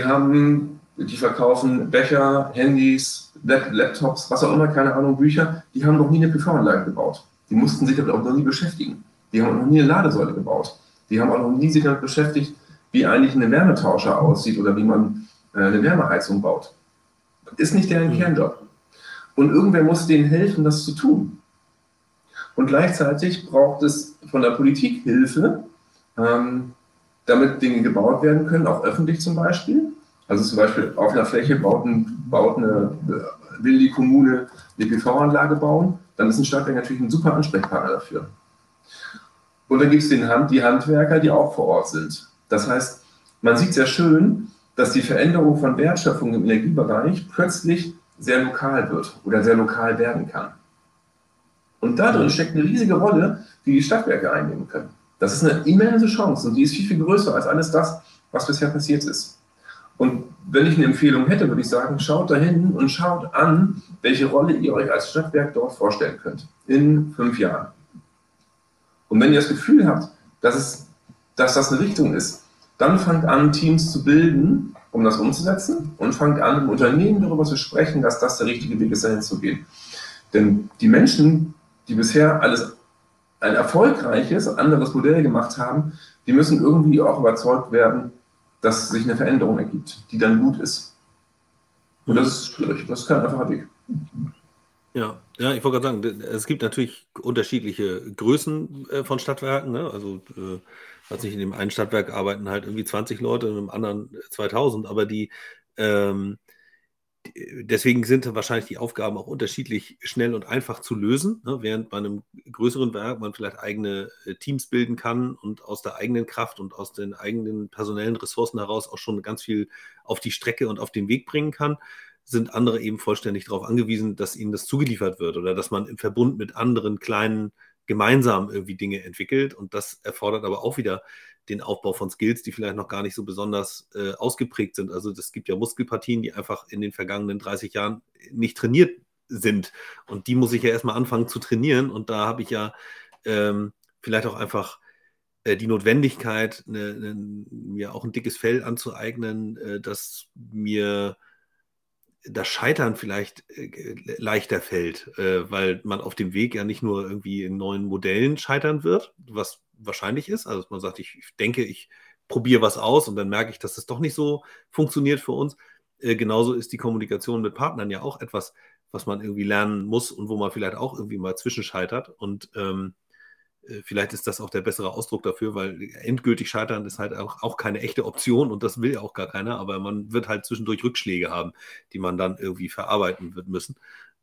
die verkaufen Becher, Handys, Laptops, was auch immer, keine Ahnung, Bücher, die haben noch nie eine PV-Anlage gebaut. Die mussten sich damit auch noch nie beschäftigen. Die haben auch noch nie eine Ladesäule gebaut. Die haben auch noch nie sich damit beschäftigt, wie eigentlich ein Wärmetauscher aussieht oder wie man eine Wärmeheizung baut. Ist nicht deren Kernjob. Und irgendwer muss denen helfen, das zu tun. Und gleichzeitig braucht es von der Politik Hilfe, damit Dinge gebaut werden können, auch öffentlich zum Beispiel. Also zum Beispiel auf einer Fläche will die Kommune eine PV-Anlage bauen, dann ist ein Stadtwerk natürlich ein super Ansprechpartner dafür. Und dann gibt es die Handwerker, die auch vor Ort sind. Das heißt, man sieht sehr schön, dass die Veränderung von Wertschöpfung im Energiebereich plötzlich sehr lokal wird oder sehr lokal werden kann. Und darin steckt eine riesige Rolle, die Stadtwerke einnehmen können. Das ist eine immense Chance und die ist viel, viel größer als alles das, was bisher passiert ist. Und wenn ich eine Empfehlung hätte, würde ich sagen, schaut dahin und schaut an, welche Rolle ihr euch als Stadtwerk dort vorstellen könnt in 5 Jahren. Und wenn ihr das Gefühl habt, dass das eine Richtung ist, dann fangt an, Teams zu bilden, um das umzusetzen und fangt an, im Unternehmen darüber zu sprechen, dass das der richtige Weg ist, dahin zu gehen. Denn die Menschen, die bisher ein erfolgreiches, anderes Modell gemacht haben, die müssen irgendwie auch überzeugt werden, dass sich eine Veränderung ergibt, die dann gut ist. Und das ist schwierig, das ist kein einfacher Weg. Ja, ich wollte gerade sagen, es gibt natürlich unterschiedliche Größen von Stadtwerken. Ne? Also, in dem einen Stadtwerk arbeiten halt irgendwie 20 Leute, in dem anderen 2000, aber deswegen sind wahrscheinlich die Aufgaben auch unterschiedlich schnell und einfach zu lösen, ne? Während bei einem größeren Werk man vielleicht eigene Teams bilden kann und aus der eigenen Kraft und aus den eigenen personellen Ressourcen heraus auch schon ganz viel auf die Strecke und auf den Weg bringen kann, sind andere eben vollständig darauf angewiesen, dass ihnen das zugeliefert wird oder dass man im Verbund mit anderen kleinen gemeinsam irgendwie Dinge entwickelt. Und das erfordert aber auch wieder den Aufbau von Skills, die vielleicht noch gar nicht so besonders ausgeprägt sind. Also es gibt ja Muskelpartien, die einfach in den vergangenen 30 Jahren nicht trainiert sind. Und die muss ich ja erstmal anfangen zu trainieren. Und da habe ich ja vielleicht auch einfach die Notwendigkeit, mir auch ein dickes Fell anzueignen, dass mir das Scheitern vielleicht leichter fällt, weil man auf dem Weg ja nicht nur irgendwie in neuen Modellen scheitern wird, was wahrscheinlich ist. Also man sagt, ich denke, ich probiere was aus und dann merke ich, dass das doch nicht so funktioniert für uns. Genauso ist die Kommunikation mit Partnern ja auch etwas, was man irgendwie lernen muss und wo man vielleicht auch irgendwie mal zwischenscheitert. Und vielleicht ist das auch der bessere Ausdruck dafür, weil endgültig scheitern ist halt auch keine echte Option und das will ja auch gar keiner, aber man wird halt zwischendurch Rückschläge haben, die man dann irgendwie verarbeiten wird müssen.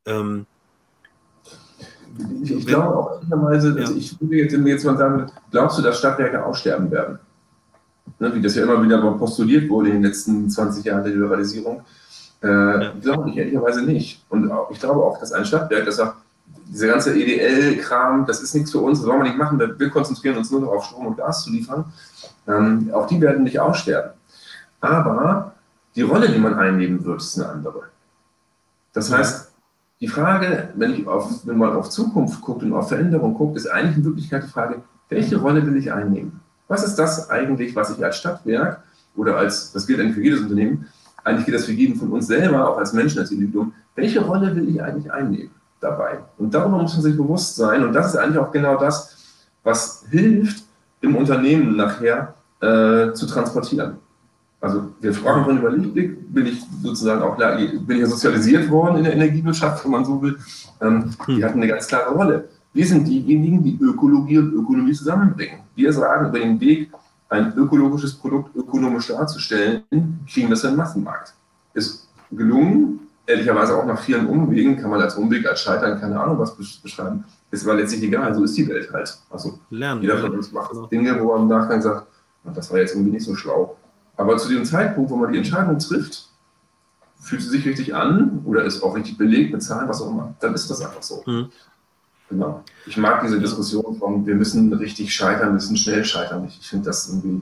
Ich glaube auch ehrlicherweise, also ich würde jetzt mal sagen, glaubst du, dass Stadtwerke aussterben werden? Ne, wie das ja immer wieder postuliert wurde in den letzten 20 Jahren der Liberalisierung. Glaube ich ehrlicherweise nicht. Und auch, ich glaube auch, dass ein Stadtwerk, das sagt, dieser ganze EDL-Kram, das ist nichts für uns, das wollen wir nicht machen, wir konzentrieren uns nur noch auf Strom und Gas zu liefern. Auch die werden nicht aussterben. Aber die Rolle, die man einnehmen wird, ist eine andere. Das heißt, die Frage, wenn man auf Zukunft guckt und auf Veränderung guckt, ist eigentlich in Wirklichkeit die Frage, welche Rolle will ich einnehmen? Was ist das eigentlich, was ich als Stadtwerk oder das gilt eigentlich für jedes Unternehmen, eigentlich gilt das für jeden von uns selber, auch als Menschen, als Individuum, welche Rolle will ich eigentlich einnehmen dabei? Und darüber muss man sich bewusst sein und das ist eigentlich auch genau das, was hilft, im Unternehmen nachher zu transportieren. Also wir sprachen von über Lichtblick, bin ich ja sozialisiert worden in der Energiewirtschaft, wenn man so will. Die hatten eine ganz klare Rolle. Wir sind diejenigen, die Ökologie und Ökonomie zusammenbringen. Wir sagen, über den Weg, ein ökologisches Produkt ökonomisch darzustellen, kriegen wir es in den Massenmarkt. Ist gelungen, ehrlicherweise auch nach vielen Umwegen, kann man als Umweg, als Scheitern, keine Ahnung was beschreiben, ist aber letztlich egal, so ist die Welt halt. Also jeder von uns macht Dinge, wo er im Nachgang sagt, das war jetzt irgendwie nicht so schlau. Aber zu dem Zeitpunkt, wo man die Entscheidung trifft, fühlt sie sich richtig an oder ist auch richtig belegt mit Zahlen, was auch immer, dann ist das einfach so. Genau. Ich mag diese Diskussion von, wir müssen richtig scheitern, müssen schnell scheitern. Ich finde das irgendwie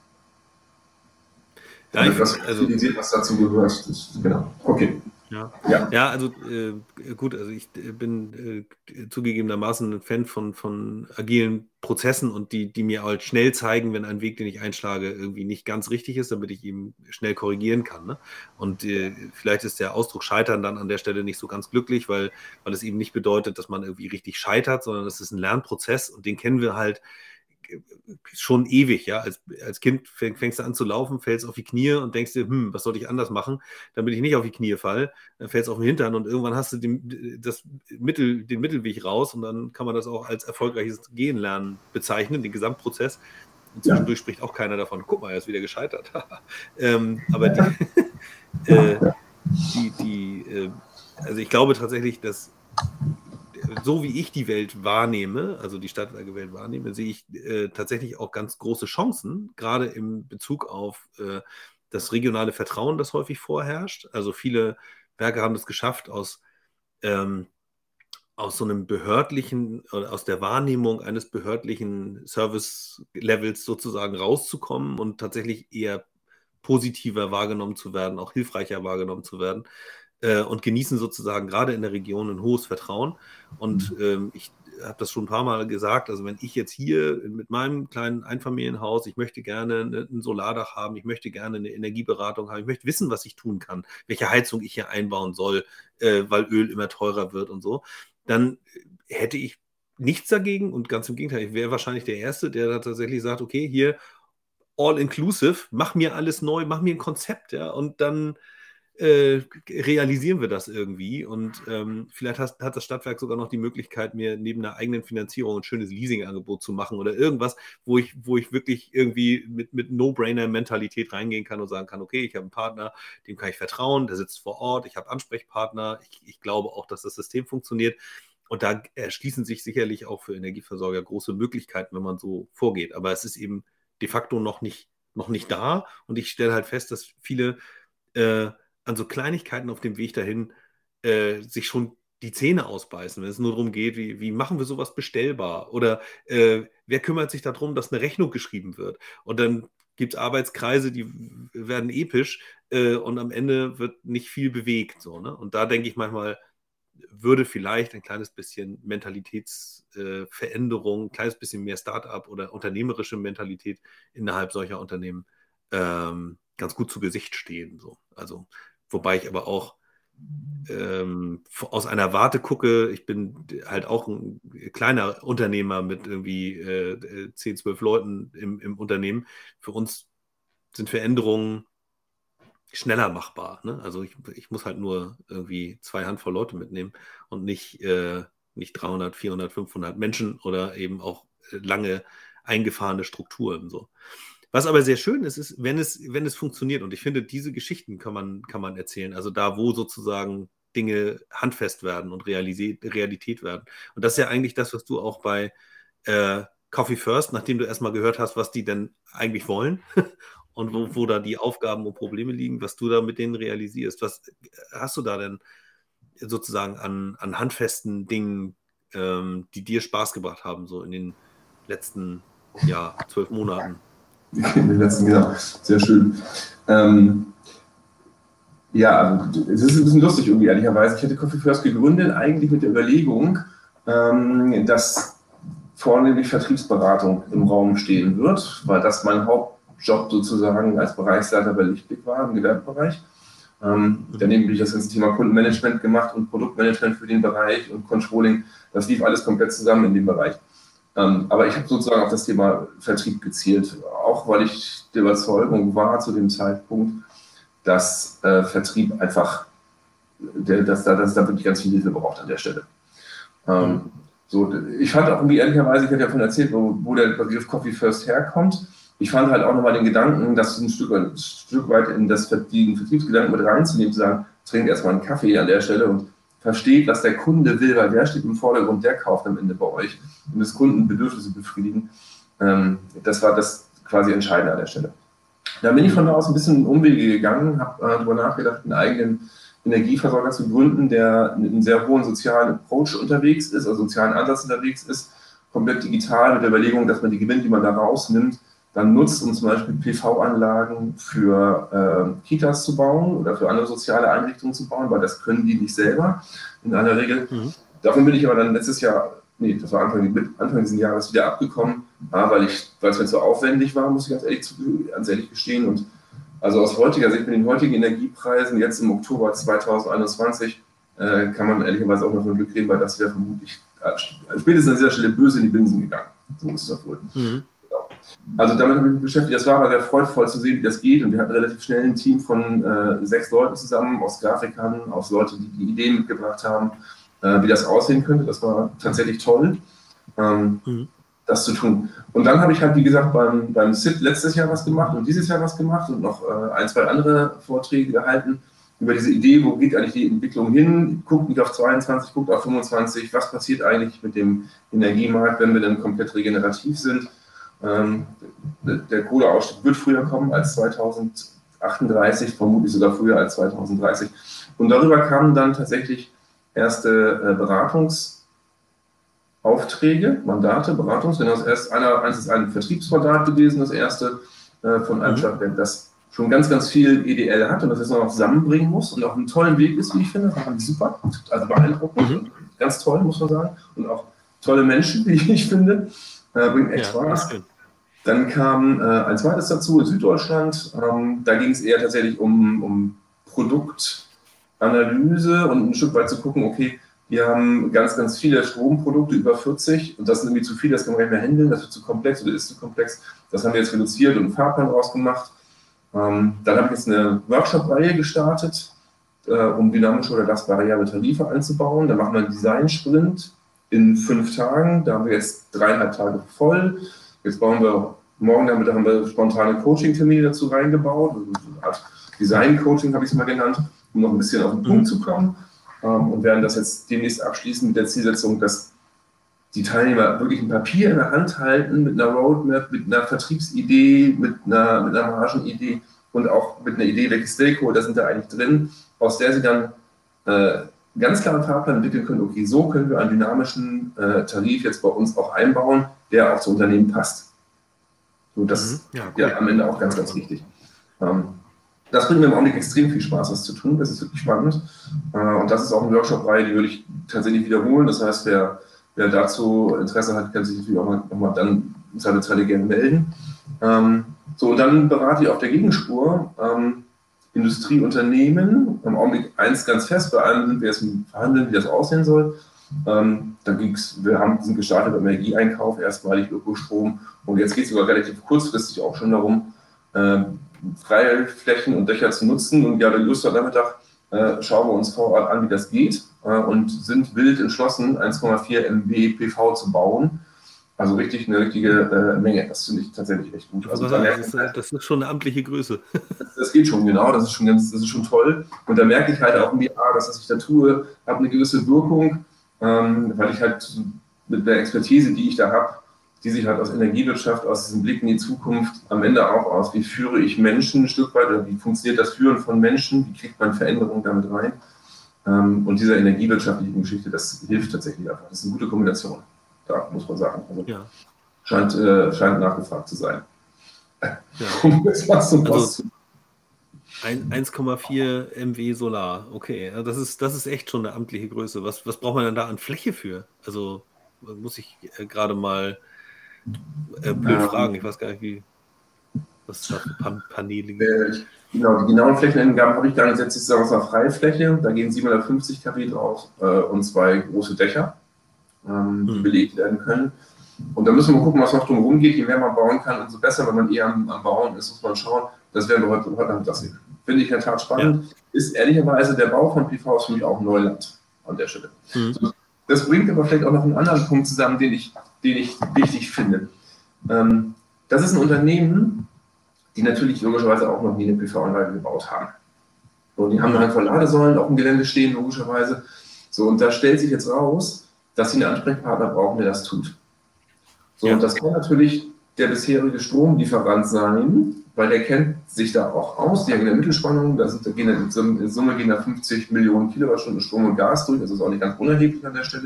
etwas kritisiert, was dazu gehört. Genau. Okay. Ja, also gut, also ich bin zugegebenermaßen ein Fan von agilen Prozessen und die mir halt schnell zeigen, wenn ein Weg, den ich einschlage, irgendwie nicht ganz richtig ist, damit ich ihn schnell korrigieren kann. Ne? Und vielleicht ist der Ausdruck Scheitern dann an der Stelle nicht so ganz glücklich, weil es eben nicht bedeutet, dass man irgendwie richtig scheitert, sondern es ist ein Lernprozess und den kennen wir halt schon ewig, ja. Als Kind fängst du an zu laufen, fällst auf die Knie und denkst dir, was soll ich anders machen, damit ich nicht auf die Knie falle. Dann fällst du auf den Hintern und irgendwann hast du den Mittelweg raus und dann kann man das auch als erfolgreiches Gehen lernen bezeichnen, den Gesamtprozess. Und zwischendurch spricht auch keiner davon, guck mal, er ist wieder gescheitert. Aber also ich glaube tatsächlich, dass so wie ich die Welt wahrnehme, also die Stadtwerke-Welt wahrnehme, sehe ich tatsächlich auch ganz große Chancen, gerade im Bezug auf das regionale Vertrauen, das häufig vorherrscht. Also viele Werke haben es geschafft, aus so einem behördlichen oder aus der Wahrnehmung eines behördlichen Service-Levels sozusagen rauszukommen und tatsächlich eher positiver wahrgenommen zu werden, auch hilfreicher wahrgenommen zu werden. Und genießen sozusagen gerade in der Region ein hohes Vertrauen. Und ich habe das schon ein paar Mal gesagt, also wenn ich jetzt hier mit meinem kleinen Einfamilienhaus, ich möchte gerne ein Solardach haben, ich möchte gerne eine Energieberatung haben, ich möchte wissen, was ich tun kann, welche Heizung ich hier einbauen soll, weil Öl immer teurer wird und so, dann hätte ich nichts dagegen und ganz im Gegenteil, ich wäre wahrscheinlich der Erste, der da tatsächlich sagt, okay, hier all inclusive, mach mir alles neu, mach mir ein Konzept, ja, und dann realisieren wir das irgendwie und vielleicht hat das Stadtwerk sogar noch die Möglichkeit, mir neben einer eigenen Finanzierung ein schönes Leasingangebot zu machen oder irgendwas, wo ich wirklich irgendwie mit No-Brainer-Mentalität reingehen kann und sagen kann, okay, ich habe einen Partner, dem kann ich vertrauen, der sitzt vor Ort, ich habe Ansprechpartner, ich glaube auch, dass das System funktioniert. Und da erschließen sich sicherlich auch für Energieversorger große Möglichkeiten, wenn man so vorgeht. Aber es ist eben de facto noch nicht da. Und ich stelle halt fest, dass viele an so Kleinigkeiten auf dem Weg dahin sich schon die Zähne ausbeißen, wenn es nur darum geht, wie machen wir sowas bestellbar? Oder wer kümmert sich darum, dass eine Rechnung geschrieben wird? Und dann gibt es Arbeitskreise, die werden episch und am Ende wird nicht viel bewegt. So, ne? Und da denke ich manchmal, würde vielleicht ein kleines bisschen Mentalitätsveränderung, ein kleines bisschen mehr Start-up oder unternehmerische Mentalität innerhalb solcher Unternehmen ganz gut zu Gesicht stehen. So. Also, wobei ich aber auch aus einer Warte gucke, ich bin halt auch ein kleiner Unternehmer mit irgendwie 10, 12 Leuten im Unternehmen. Für uns sind Veränderungen schneller machbar. Ne? Also ich muss halt nur irgendwie 2 Handvoll Leute mitnehmen und nicht 300, 400, 500 Menschen oder eben auch lange eingefahrene Strukturen. So. Was aber sehr schön ist, wenn es funktioniert. Und ich finde, diese Geschichten kann man erzählen. Also da, wo sozusagen Dinge handfest werden und Realität werden. Und das ist ja eigentlich das, was du auch bei Coffee First, nachdem du erstmal gehört hast, was die denn eigentlich wollen und wo da die Aufgaben und Probleme liegen, was du da mit denen realisierst. Was hast du da denn sozusagen an handfesten Dingen, die dir Spaß gebracht haben, so in den letzten 12 Monaten? In den letzten, genau, sehr schön. Ja, es ist ein bisschen lustig irgendwie, ehrlicherweise. Ich hatte Coffee First gegründet, eigentlich mit der Überlegung, dass vornehmlich Vertriebsberatung im Raum stehen wird, weil das mein Hauptjob sozusagen als Bereichsleiter bei Lichtblick war, im Gewerbebereich. Daneben habe ich das ganze Thema Kundenmanagement gemacht und Produktmanagement für den Bereich und Controlling. Das lief alles komplett zusammen in dem Bereich. Aber ich habe sozusagen auf das Thema Vertrieb gezielt, auch weil ich der Überzeugung war zu dem Zeitpunkt, dass Vertrieb einfach, dass da wirklich ganz viel Hilfe braucht an der Stelle. So, ich fand auch irgendwie ehrlicherweise, ich hatte ja von erzählt, wo der Begriff Coffee First herkommt. Ich fand halt auch nochmal den Gedanken, das ein Stück weit in den Vertriebsgedanken mit reinzunehmen, zu sagen, trinkt erstmal einen Kaffee an der Stelle und versteht, was der Kunde will, weil der steht im Vordergrund, der kauft am Ende bei euch und das Kundenbedürfnisse befriedigen. Das war das quasi Entscheidende an der Stelle. Da bin ich von da aus ein bisschen Umwege gegangen, habe darüber nachgedacht, einen eigenen Energieversorger zu gründen, der mit einem sehr hohen sozialen Approach unterwegs ist, also sozialen Ansatz unterwegs ist, komplett digital mit der Überlegung, dass man die Gewinne, die man da rausnimmt, dann nutzt, um zum Beispiel PV-Anlagen für Kitas zu bauen oder für andere soziale Einrichtungen zu bauen, weil das können die nicht selber in aller Regel. Davon bin ich aber dann letztes Jahr, das war Anfang dieses Jahres wieder abgekommen, weil es mir zu aufwendig war, muss ich ganz ehrlich gestehen. Und also aus heutiger Sicht, mit den heutigen Energiepreisen, jetzt im Oktober 2021, kann man ehrlicherweise auch noch von Glück reden, weil das wäre vermutlich spätestens an dieser Stelle böse in die Binsen gegangen. So ist das wohl. Also damit habe ich mich beschäftigt. Das war aber sehr freudvoll zu sehen, wie das geht. Und wir hatten relativ schnell ein Team von 6 Leuten zusammen, aus Grafikern, aus Leuten, die die Ideen mitgebracht haben, wie das aussehen könnte. Das war tatsächlich toll, das zu tun. Und dann habe ich halt, wie gesagt, beim SIT letztes Jahr was gemacht und dieses Jahr was gemacht und noch 1, 2 andere Vorträge gehalten über diese Idee, wo geht eigentlich die Entwicklung hin, guckt nicht auf 22, guckt auf 25, was passiert eigentlich mit dem Energiemarkt, wenn wir dann komplett regenerativ sind. Der Kohleausstieg wird früher kommen als 2038, vermutlich sogar früher als 2030. Und darüber kamen dann tatsächlich erste Beratungsaufträge, Mandate, genau. Eins ist ein Vertriebsmandat gewesen, das erste von einem Stadtwerk, das schon ganz, ganz viel EDL hat und das jetzt noch zusammenbringen muss und auf einem tollen Weg ist, wie ich finde. Das fand ich super, also beeindruckend und ganz toll, muss man sagen. Und auch tolle Menschen, wie ich finde. Bringt echt Spaß. Dann kam ein zweites dazu in Süddeutschland. Da ging es eher tatsächlich um Produktanalyse und ein Stück weit zu gucken, okay, wir haben ganz, ganz viele Stromprodukte, über 40, und das sind irgendwie zu viel, das kann man nicht mehr handeln, das wird zu komplex oder ist zu komplex. Das haben wir jetzt reduziert und einen Fahrplan rausgemacht. Dann habe ich jetzt eine Workshop-Reihe gestartet um dynamische oder lastvariable Tarife einzubauen. Da machen wir einen Design-Sprint in 5 Tagen. Da haben wir jetzt 3,5 Tage voll. Jetzt bauen wir, morgen Nachmittag haben wir spontane Coaching-Termine dazu reingebaut. Also eine Art Design-Coaching habe ich es mal genannt, um noch ein bisschen auf den Punkt zu kommen. Und werden das jetzt demnächst abschließen mit der Zielsetzung, dass die Teilnehmer wirklich ein Papier in der Hand halten mit einer Roadmap, mit einer Vertriebsidee, mit einer Margenidee und auch mit einer Idee, welche Stakeholder sind da eigentlich drin, aus der sie dann ganz klaren Fahrplan entwickeln können, okay, so können wir einen dynamischen Tarif jetzt bei uns auch einbauen, der auch zum Unternehmen passt. So, das ist ja am Ende auch ganz, ganz wichtig. Das bringt mir im Augenblick extrem viel Spaß, das zu tun. Das ist wirklich spannend. Und das ist auch eine Workshop-Reihe, die würde ich tatsächlich wiederholen. Das heißt, wer dazu Interesse hat, kann sich natürlich auch noch mal dann in seiner Zeit gerne melden. So, und dann berate ich auf der Gegenspur Industrieunternehmen. Im Augenblick eins ganz fest, bei einem sind wir jetzt im Verhandeln, wie das aussehen soll. Wir sind gestartet beim Energieeinkauf, erstmalig Ökostrom. Und jetzt geht es sogar relativ kurzfristig auch schon darum, freie Flächen und Dächer zu nutzen. Und ja, der Lust am Nachmittag schauen wir uns vor Ort an, wie das geht und sind wild entschlossen, 1,4 MW PV zu bauen. Also eine richtige Menge. Das finde ich tatsächlich echt gut. Also das ist schon eine amtliche Größe. Das geht schon, genau. Das ist schon toll. Und da merke ich halt auch irgendwie, dass was ich da tue, hat eine gewisse Wirkung, weil ich halt mit der Expertise, die ich da habe, die sich halt aus Energiewirtschaft, aus diesem Blick in die Zukunft am Ende auch aus, wie führe ich Menschen ein Stück weit, oder wie funktioniert das Führen von Menschen, wie kriegt man Veränderungen damit rein. Und diese energiewirtschaftliche Geschichte, das hilft tatsächlich einfach. Das ist eine gute Kombination, da muss man sagen. Also scheint nachgefragt zu sein. Ja. Um jetzt was zum Post zu 1,4 MW Solar, okay. Das ist echt schon eine amtliche Größe. Was braucht man denn da an Fläche für? Also muss ich gerade mal blöd fragen. Ich weiß gar nicht, was es da für Paneele gibt. Genau, die genauen Flächenangaben habe ich gar nicht. Jetzt ist es aus einer Freifläche. Da gehen 750 kW drauf und 2 große Dächer, die belegt werden können. Und da müssen wir gucken, was noch drumherum geht. Je mehr man bauen kann, umso besser. Wenn man eher am Bauen ist, muss man schauen. Das werden wir heute Nachmittag sehen. Finde ich in der Tat spannend. Ja. Ist ehrlicherweise der Bau von PV für mich auch Neuland an der Stelle. So, das bringt aber vielleicht auch noch einen anderen Punkt zusammen, den ich wichtig finde. Das ist ein Unternehmen, die natürlich logischerweise auch noch nie eine PV-Anlage gebaut haben. Und die haben halt von Ladesäulen auf dem Gelände stehen, logischerweise. So, und da stellt sich jetzt raus, dass sie einen Ansprechpartner brauchen, der das tut. So, und das kann natürlich der bisherige Stromlieferant sein, weil der kennt sich da auch aus. Die haben eine Mittelspannung, in Summe gehen da 50 Millionen Kilowattstunden Strom und Gas durch, das ist auch nicht ganz unerheblich an der Stelle.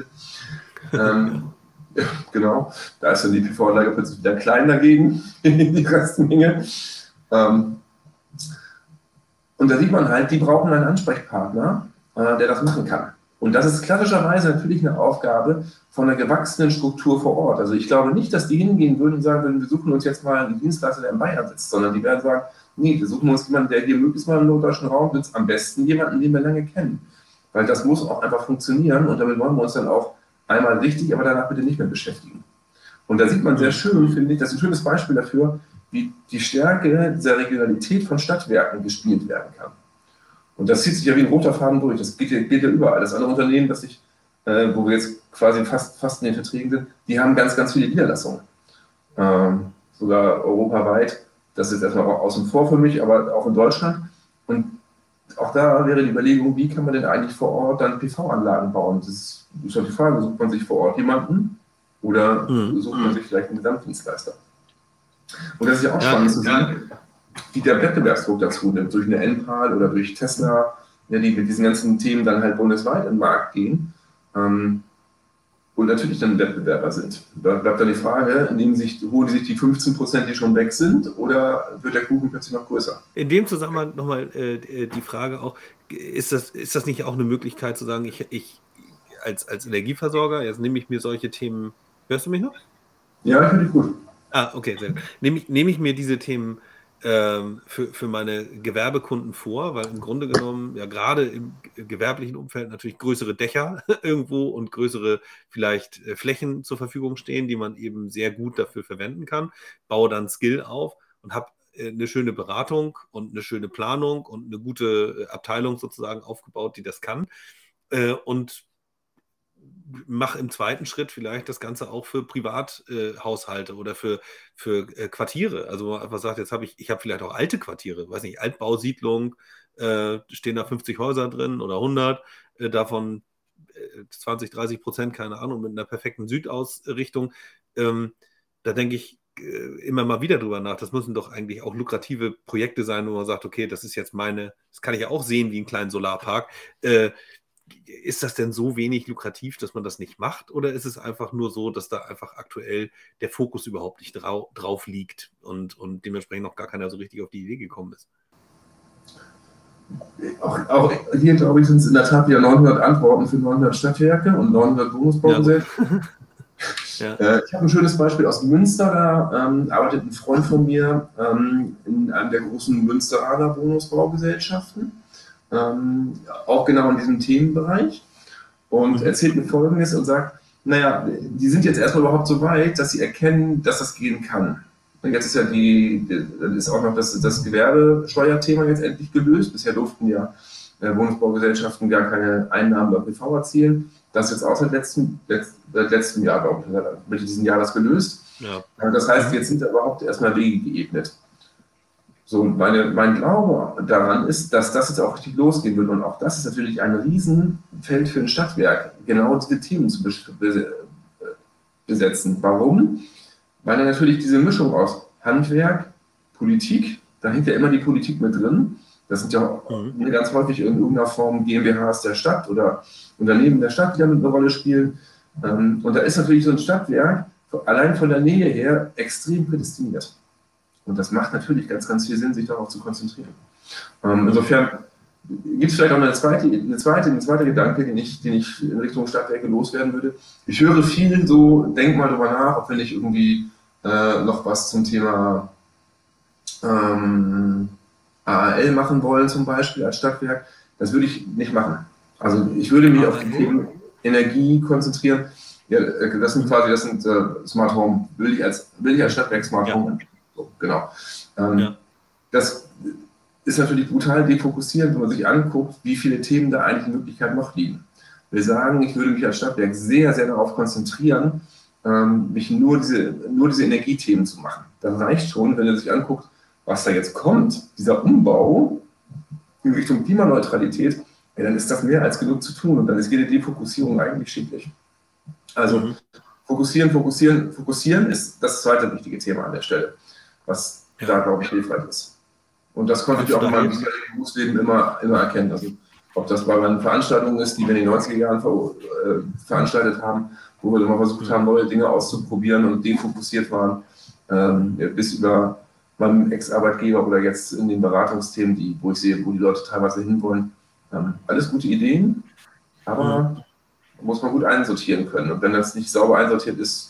Genau, da ist dann die PV-Anlage plötzlich wieder klein dagegen, die Restmenge. Und da sieht man halt, die brauchen einen Ansprechpartner, der das machen kann. Und das ist klassischerweise natürlich eine Aufgabe von einer gewachsenen Struktur vor Ort. Also ich glaube nicht, dass die hingehen würden und sagen würden, wir suchen uns jetzt mal einen Dienstleister, der in Bayern sitzt, sondern die werden sagen, nee, wir suchen uns jemanden, der hier möglichst mal im norddeutschen Raum sitzt, am besten jemanden, den wir lange kennen. Weil das muss auch einfach funktionieren und damit wollen wir uns dann auch einmal richtig, aber danach bitte nicht mehr beschäftigen. Und da sieht man sehr schön, finde ich, das ist ein schönes Beispiel dafür, wie die Stärke dieser Regionalität von Stadtwerken gespielt werden kann. Und das zieht sich ja wie ein roter Faden durch. Das geht ja überall. Das andere Unternehmen, wo wir jetzt quasi fast in den Verträgen sind, die haben ganz, ganz viele Niederlassungen. Sogar europaweit. Das ist jetzt erstmal auch außen vor für mich, aber auch in Deutschland. Und auch da wäre die Überlegung, wie kann man denn eigentlich vor Ort dann PV-Anlagen bauen? Das ist schon die Frage, sucht man sich vor Ort jemanden oder sucht man sich vielleicht einen Gesamtdienstleister? Und das ist ja auch spannend zu sehen, wie der Wettbewerbsdruck dazu nimmt, durch eine Enpal oder durch Tesla, die mit diesen ganzen Themen dann halt bundesweit in den Markt gehen und natürlich dann Wettbewerber sind. Da bleibt dann die Frage, holen die sich die 15%, die schon weg sind, oder wird der Kuchen plötzlich noch größer? In dem Zusammenhang nochmal die Frage auch, ist das nicht auch eine Möglichkeit zu sagen, ich als Energieversorger, jetzt nehme ich mir solche Themen, hörst du mich noch? Ja, ich finde dich gut. Okay, sehr gut. Nehme ich mir diese Themen für meine Gewerbekunden vor, weil im Grunde genommen ja gerade im gewerblichen Umfeld natürlich größere Dächer irgendwo und größere vielleicht Flächen zur Verfügung stehen, die man eben sehr gut dafür verwenden kann, baue dann Skill auf und habe eine schöne Beratung und eine schöne Planung und eine gute Abteilung sozusagen aufgebaut, die das kann. Und mach im zweiten Schritt vielleicht das Ganze auch für Privathaushalte oder für Quartiere. Also man einfach sagt, ich habe vielleicht auch alte Quartiere, weiß nicht, Altbausiedlung, stehen da 50 Häuser drin oder 100, davon 20, 30%, keine Ahnung, mit einer perfekten Südausrichtung. Da denke ich immer mal wieder drüber nach. Das müssen doch eigentlich auch lukrative Projekte sein, wo man sagt, okay, das ist jetzt das kann ich ja auch sehen wie einen kleinen Solarpark. Ist das denn so wenig lukrativ, dass man das nicht macht? Oder ist es einfach nur so, dass da einfach aktuell der Fokus überhaupt nicht drauf liegt und dementsprechend noch gar keiner so richtig auf die Idee gekommen ist? Auch hier, glaube ich, sind es in der Tat wieder 900 Antworten für 900 Stadtwerke und 900 Wohnungsbaugesellschaften. Ja. Ich habe ein schönes Beispiel aus Münster. Da arbeitet ein Freund von mir in einem der großen Münsteraner Wohnungsbaugesellschaften. Auch genau in diesem Themenbereich und erzählt mir Folgendes und sagt, naja, die sind jetzt erstmal überhaupt so weit, dass sie erkennen, dass das gehen kann. Und jetzt ist ja dann ist auch noch das Gewerbesteuerthema jetzt endlich gelöst. Bisher durften ja Wohnungsbaugesellschaften gar keine Einnahmen bei PV erzielen. Das ist jetzt auch seit letztem Jahr, glaube ich, Mitte dieses Jahres gelöst. Ja. Das heißt, jetzt sind da überhaupt erstmal Wege geebnet. So, mein Glaube daran ist, dass das jetzt auch richtig losgehen wird. Und auch das ist natürlich ein Riesenfeld für ein Stadtwerk, genau diese Themen zu besetzen. Warum? Weil dann natürlich diese Mischung aus Handwerk, Politik, da hängt ja immer die Politik mit drin. Das sind ja ganz häufig in irgendeiner Form GmbHs der Stadt oder Unternehmen der Stadt, die damit eine Rolle spielen. Und da ist natürlich so ein Stadtwerk allein von der Nähe her extrem prädestiniert. Und das macht natürlich ganz, ganz viel Sinn, sich darauf zu konzentrieren. Insofern gibt es vielleicht auch eine zweite Gedanke, den ich in Richtung Stadtwerke loswerden würde. Ich höre viel so, denk mal drüber nach, ob wir nicht irgendwie noch was zum Thema AAL machen wollen, zum Beispiel als Stadtwerk. Das würde ich nicht machen. Also ich würde mich auf die Themen Energie konzentrieren. Ja, das sind Smart Home. Will ich als Stadtwerk Smart Home? So, genau. Das ist natürlich brutal defokussierend, wenn man sich anguckt, wie viele Themen da eigentlich in Wirklichkeit noch liegen. Wir sagen, ich würde mich als Stadtwerk sehr, sehr darauf konzentrieren, mich nur diese Energiethemen zu machen. Das reicht schon, wenn ihr sich anguckt, was da jetzt kommt, dieser Umbau in Richtung Klimaneutralität, ja, dann ist das mehr als genug zu tun und dann ist jede Defokussierung eigentlich schädlich. Also fokussieren ist das zweite wichtige Thema an der Stelle, was da, glaube ich, hilfreich ist. Und das konnte ich auch in meinem Berufsleben immer erkennen. Also, ob das bei meinen Veranstaltungen ist, die wir in den 90er Jahren veranstaltet haben, wo wir immer versucht haben, neue Dinge auszuprobieren und defokussiert waren, bis über meinen Ex-Arbeitgeber oder jetzt in den Beratungsthemen, wo ich sehe, wo die Leute teilweise hinwollen. Alles gute Ideen, aber muss man gut einsortieren können. Und wenn das nicht sauber einsortiert ist,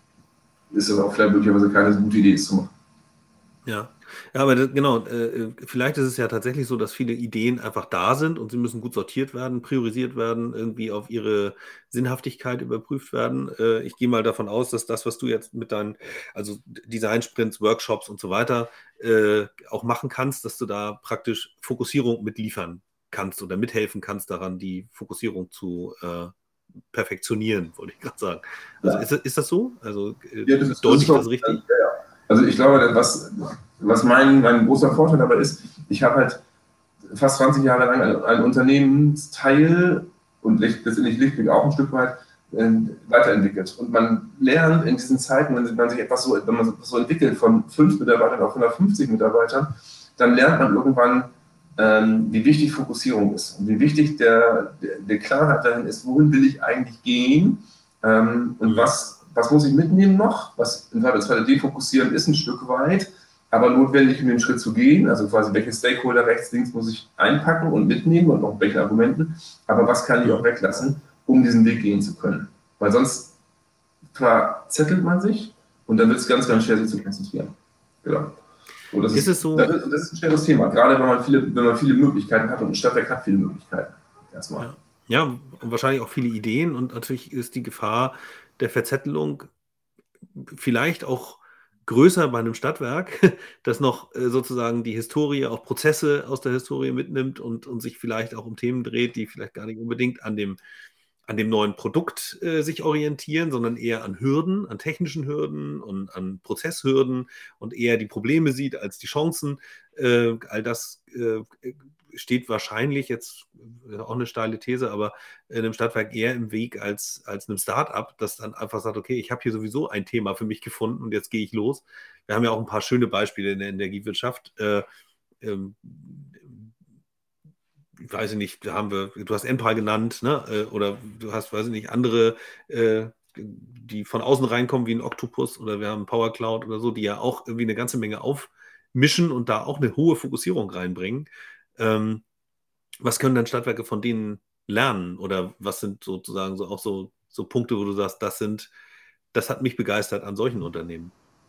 ist das auch vielleicht möglicherweise keine gute Idee, es zu machen. Ja, aber vielleicht ist es ja tatsächlich so, dass viele Ideen einfach da sind und sie müssen gut sortiert werden, priorisiert werden, irgendwie auf ihre Sinnhaftigkeit überprüft werden. Ich gehe mal davon aus, dass das, was du jetzt mit deinen, also Design-Sprints, Workshops und so weiter auch machen kannst, dass du da praktisch Fokussierung mitliefern kannst oder mithelfen kannst daran, die Fokussierung zu perfektionieren, wollte ich gerade sagen. Also ist das so? Also deute ich das richtig? Ja. Also ich glaube, was mein großer Vorteil dabei ist, ich habe halt fast 20 Jahre lang ein Unternehmensteil und letztendlich Lichtblick auch ein Stück weit weiterentwickelt. Und man lernt in diesen Zeiten, wenn man sich wenn man so entwickelt von 5 Mitarbeitern auf 150 Mitarbeitern, dann lernt man irgendwann, wie wichtig Fokussierung ist und wie wichtig der Klarheit darin ist, wohin will ich eigentlich gehen und was muss ich mitnehmen noch, was im Zweifelsfall defokussieren ist ein Stück weit, aber notwendig, um den Schritt zu gehen, also quasi welche Stakeholder rechts, links muss ich einpacken und mitnehmen und auch welche Argumenten, aber was kann ich auch weglassen, um diesen Weg gehen zu können. Weil sonst verzettelt man sich und dann wird es ganz, ganz schwer, sich zu konzentrieren. Genau. Und das ist ein schweres Thema, gerade wenn man viele Möglichkeiten hat und ein Stadtwerk hat viele Möglichkeiten. Erstmal. Ja, und wahrscheinlich auch viele Ideen und natürlich ist die Gefahr der Verzettelung vielleicht auch größer bei einem Stadtwerk, das noch sozusagen die Historie, auch Prozesse aus der Historie mitnimmt und sich vielleicht auch um Themen dreht, die vielleicht gar nicht unbedingt an dem neuen Produkt sich orientieren, sondern eher an Hürden, an technischen Hürden und an Prozesshürden und eher die Probleme sieht als die Chancen. All das steht wahrscheinlich, jetzt auch eine steile These, aber einem Stadtwerk eher im Weg als einem Start-up, das dann einfach sagt, okay, ich habe hier sowieso ein Thema für mich gefunden und jetzt gehe ich los. Wir haben ja auch ein paar schöne Beispiele in der Energiewirtschaft. Ich weiß nicht, du hast Enpal genannt, ne? Oder du hast, weiß ich nicht, andere, die von außen reinkommen wie ein Octopus oder wir haben Power Cloud oder so, die ja auch irgendwie eine ganze Menge aufmischen und da auch eine hohe Fokussierung reinbringen. Was können dann Stadtwerke von denen lernen? Oder was sind sozusagen so Punkte, wo du sagst, das hat mich begeistert an solchen Unternehmen?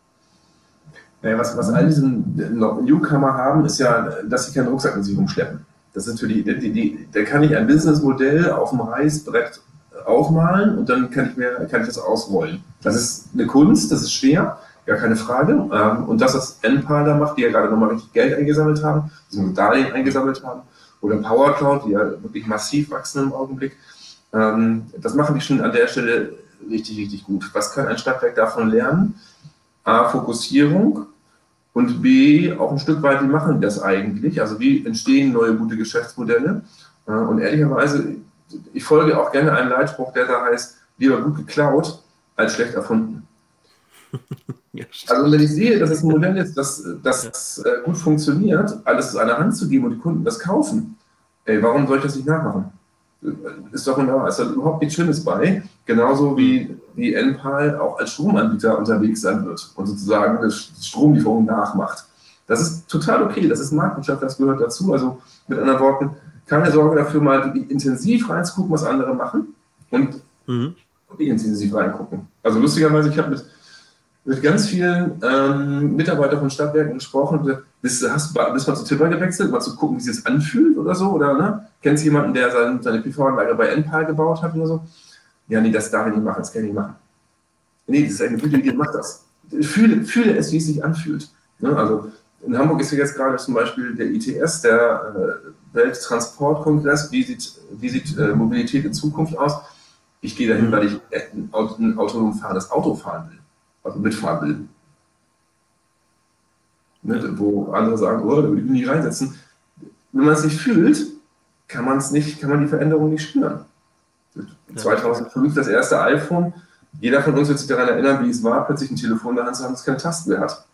Naja, was all diese Newcomer haben, ist ja, dass sie keinen Rucksack mit sich rumschleppen. Das ist für da kann ich ein Businessmodell auf dem Reißbrett aufmalen und dann kann ich das ausrollen. Das ist eine Kunst, das ist schwer, gar keine Frage. Und das, was Enpal da macht, die ja gerade nochmal richtig Geld eingesammelt haben, die Darlehen eingesammelt haben, oder Power Cloud, die ja wirklich massiv wachsen im Augenblick, das machen die schon an der Stelle richtig, richtig gut. Was kann ein Stadtwerk davon lernen? A, Fokussierung und B, auch ein Stück weit, wie machen die das eigentlich? Also wie entstehen neue gute Geschäftsmodelle? Und ehrlicherweise, ich folge auch gerne einem Leitspruch, der da heißt, lieber gut geklaut als schlecht erfunden. Ja, also wenn ich sehe, dass es ein Modell ist, das gut funktioniert, alles aus einer Hand zu geben und die Kunden das kaufen, warum soll ich das nicht nachmachen? Ist doch wunderbar, ist da überhaupt nichts Schlimmes bei. Genauso wie Enpal auch als Stromanbieter unterwegs sein wird und sozusagen eine Stromlieferung nachmacht. Das ist total okay, das ist Marktwirtschaft, das gehört dazu. Also mit anderen Worten, keine Sorge dafür, mal intensiv reinzugucken, was andere machen und intensiv reingucken. Also lustigerweise, ich habe mit ganz vielen Mitarbeitern von Stadtwerken gesprochen und gesagt, bist du mal zu Tipper gewechselt, mal zu gucken, wie sich das anfühlt oder so? Oder ne? Kennst du jemanden, der seine PV-Anlage bei Enpal gebaut hat oder so? Ja, nee, das darf ich nicht machen, das kann ich nicht machen. Nee, das ist eine gute Idee, mach das. Fühle es, wie es sich anfühlt. Ne? Also in Hamburg ist ja jetzt gerade zum Beispiel der ITS, der Welttransportkongress. Wie sieht Mobilität in Zukunft aus? Ich gehe dahin, weil ich ein autonom fahrendes Auto fahren will. Also mitfahren will. Ne? Wo andere sagen, oh, da will ich mich nicht reinsetzen. Wenn man es nicht fühlt, kann man die Veränderung nicht spüren. 2005 das erste iPhone. Jeder von uns wird sich daran erinnern, wie es war, plötzlich ein Telefon in der Hand zu haben, das keine Tasten mehr hat.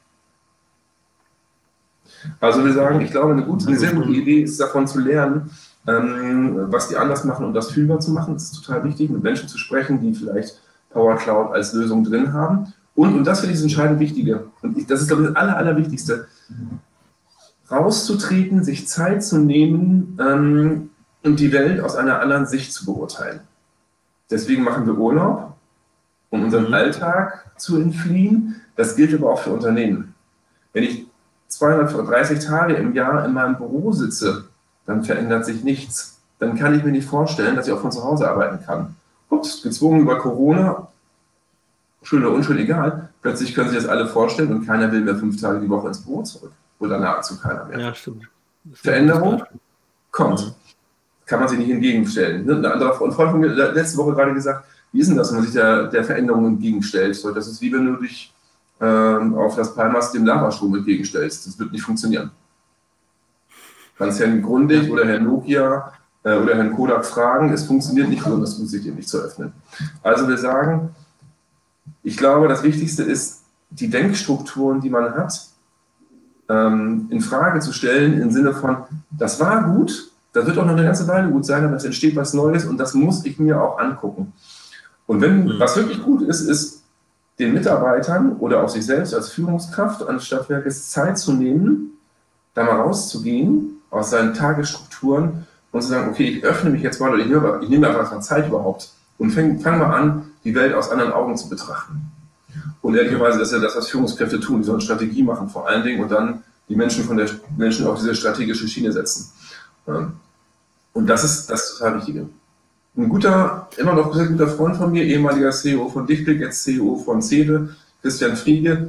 Also wir sagen, ich glaube, eine sehr gute Idee ist, davon zu lernen, was die anders machen und das fühlbar zu machen. Das ist total wichtig, mit Menschen zu sprechen, die vielleicht Power Cloud als Lösung drin haben. Und das finde ich das entscheidend Wichtige. Und das ist, glaube ich, das Allerwichtigste. Rauszutreten, sich Zeit zu nehmen und die Welt aus einer anderen Sicht zu beurteilen. Deswegen machen wir Urlaub, um unseren Alltag zu entfliehen. Das gilt aber auch für Unternehmen. Wenn ich 230 Tage im Jahr in meinem Büro sitze, dann verändert sich nichts. Dann kann ich mir nicht vorstellen, dass ich auch von zu Hause arbeiten kann. Ups, gezwungen über Corona, schön oder unschön, egal. Plötzlich können sich das alle vorstellen und keiner will mehr 5 Tage die Woche ins Büro zurück. Oder nahezu keiner mehr. Ja, stimmt. Veränderung kommt. Kann man sich nicht entgegenstellen. Ein anderer Freund von mir hat letzte Woche gerade gesagt, wie ist denn das, wenn man sich der Veränderung entgegenstellt? So, das ist wie wenn du dich auf Las Palmas dem Lavastrom entgegenstellst. Das wird nicht funktionieren. Du kannst Herrn Grundig oder Herrn Nokia oder Herrn Kodak fragen, es funktioniert nicht, besonders gut, sich dem nicht zu öffnen. Also wir sagen, ich glaube, das Wichtigste ist, die Denkstrukturen, die man hat, in Frage zu stellen, im Sinne von, das war gut, das wird auch noch eine ganze Weile gut sein, aber es entsteht was Neues und das muss ich mir auch angucken. Und was wirklich gut ist, den Mitarbeitern oder auch sich selbst als Führungskraft eines Stadtwerkes Zeit zu nehmen, da mal rauszugehen aus seinen Tagesstrukturen und zu sagen, okay, ich öffne mich jetzt mal oder ich nehme einfach Zeit überhaupt und fang mal an, die Welt aus anderen Augen zu betrachten. Und ehrlicherweise, das ist ja das, was Führungskräfte tun, die sollen Strategie machen vor allen Dingen und dann die Menschen auf diese strategische Schiene setzen. Und das ist das total Wichtige. Immer noch sehr guter Freund von mir, ehemaliger CEO von Lichtblick, jetzt CEO von CEWE, Christian Friege,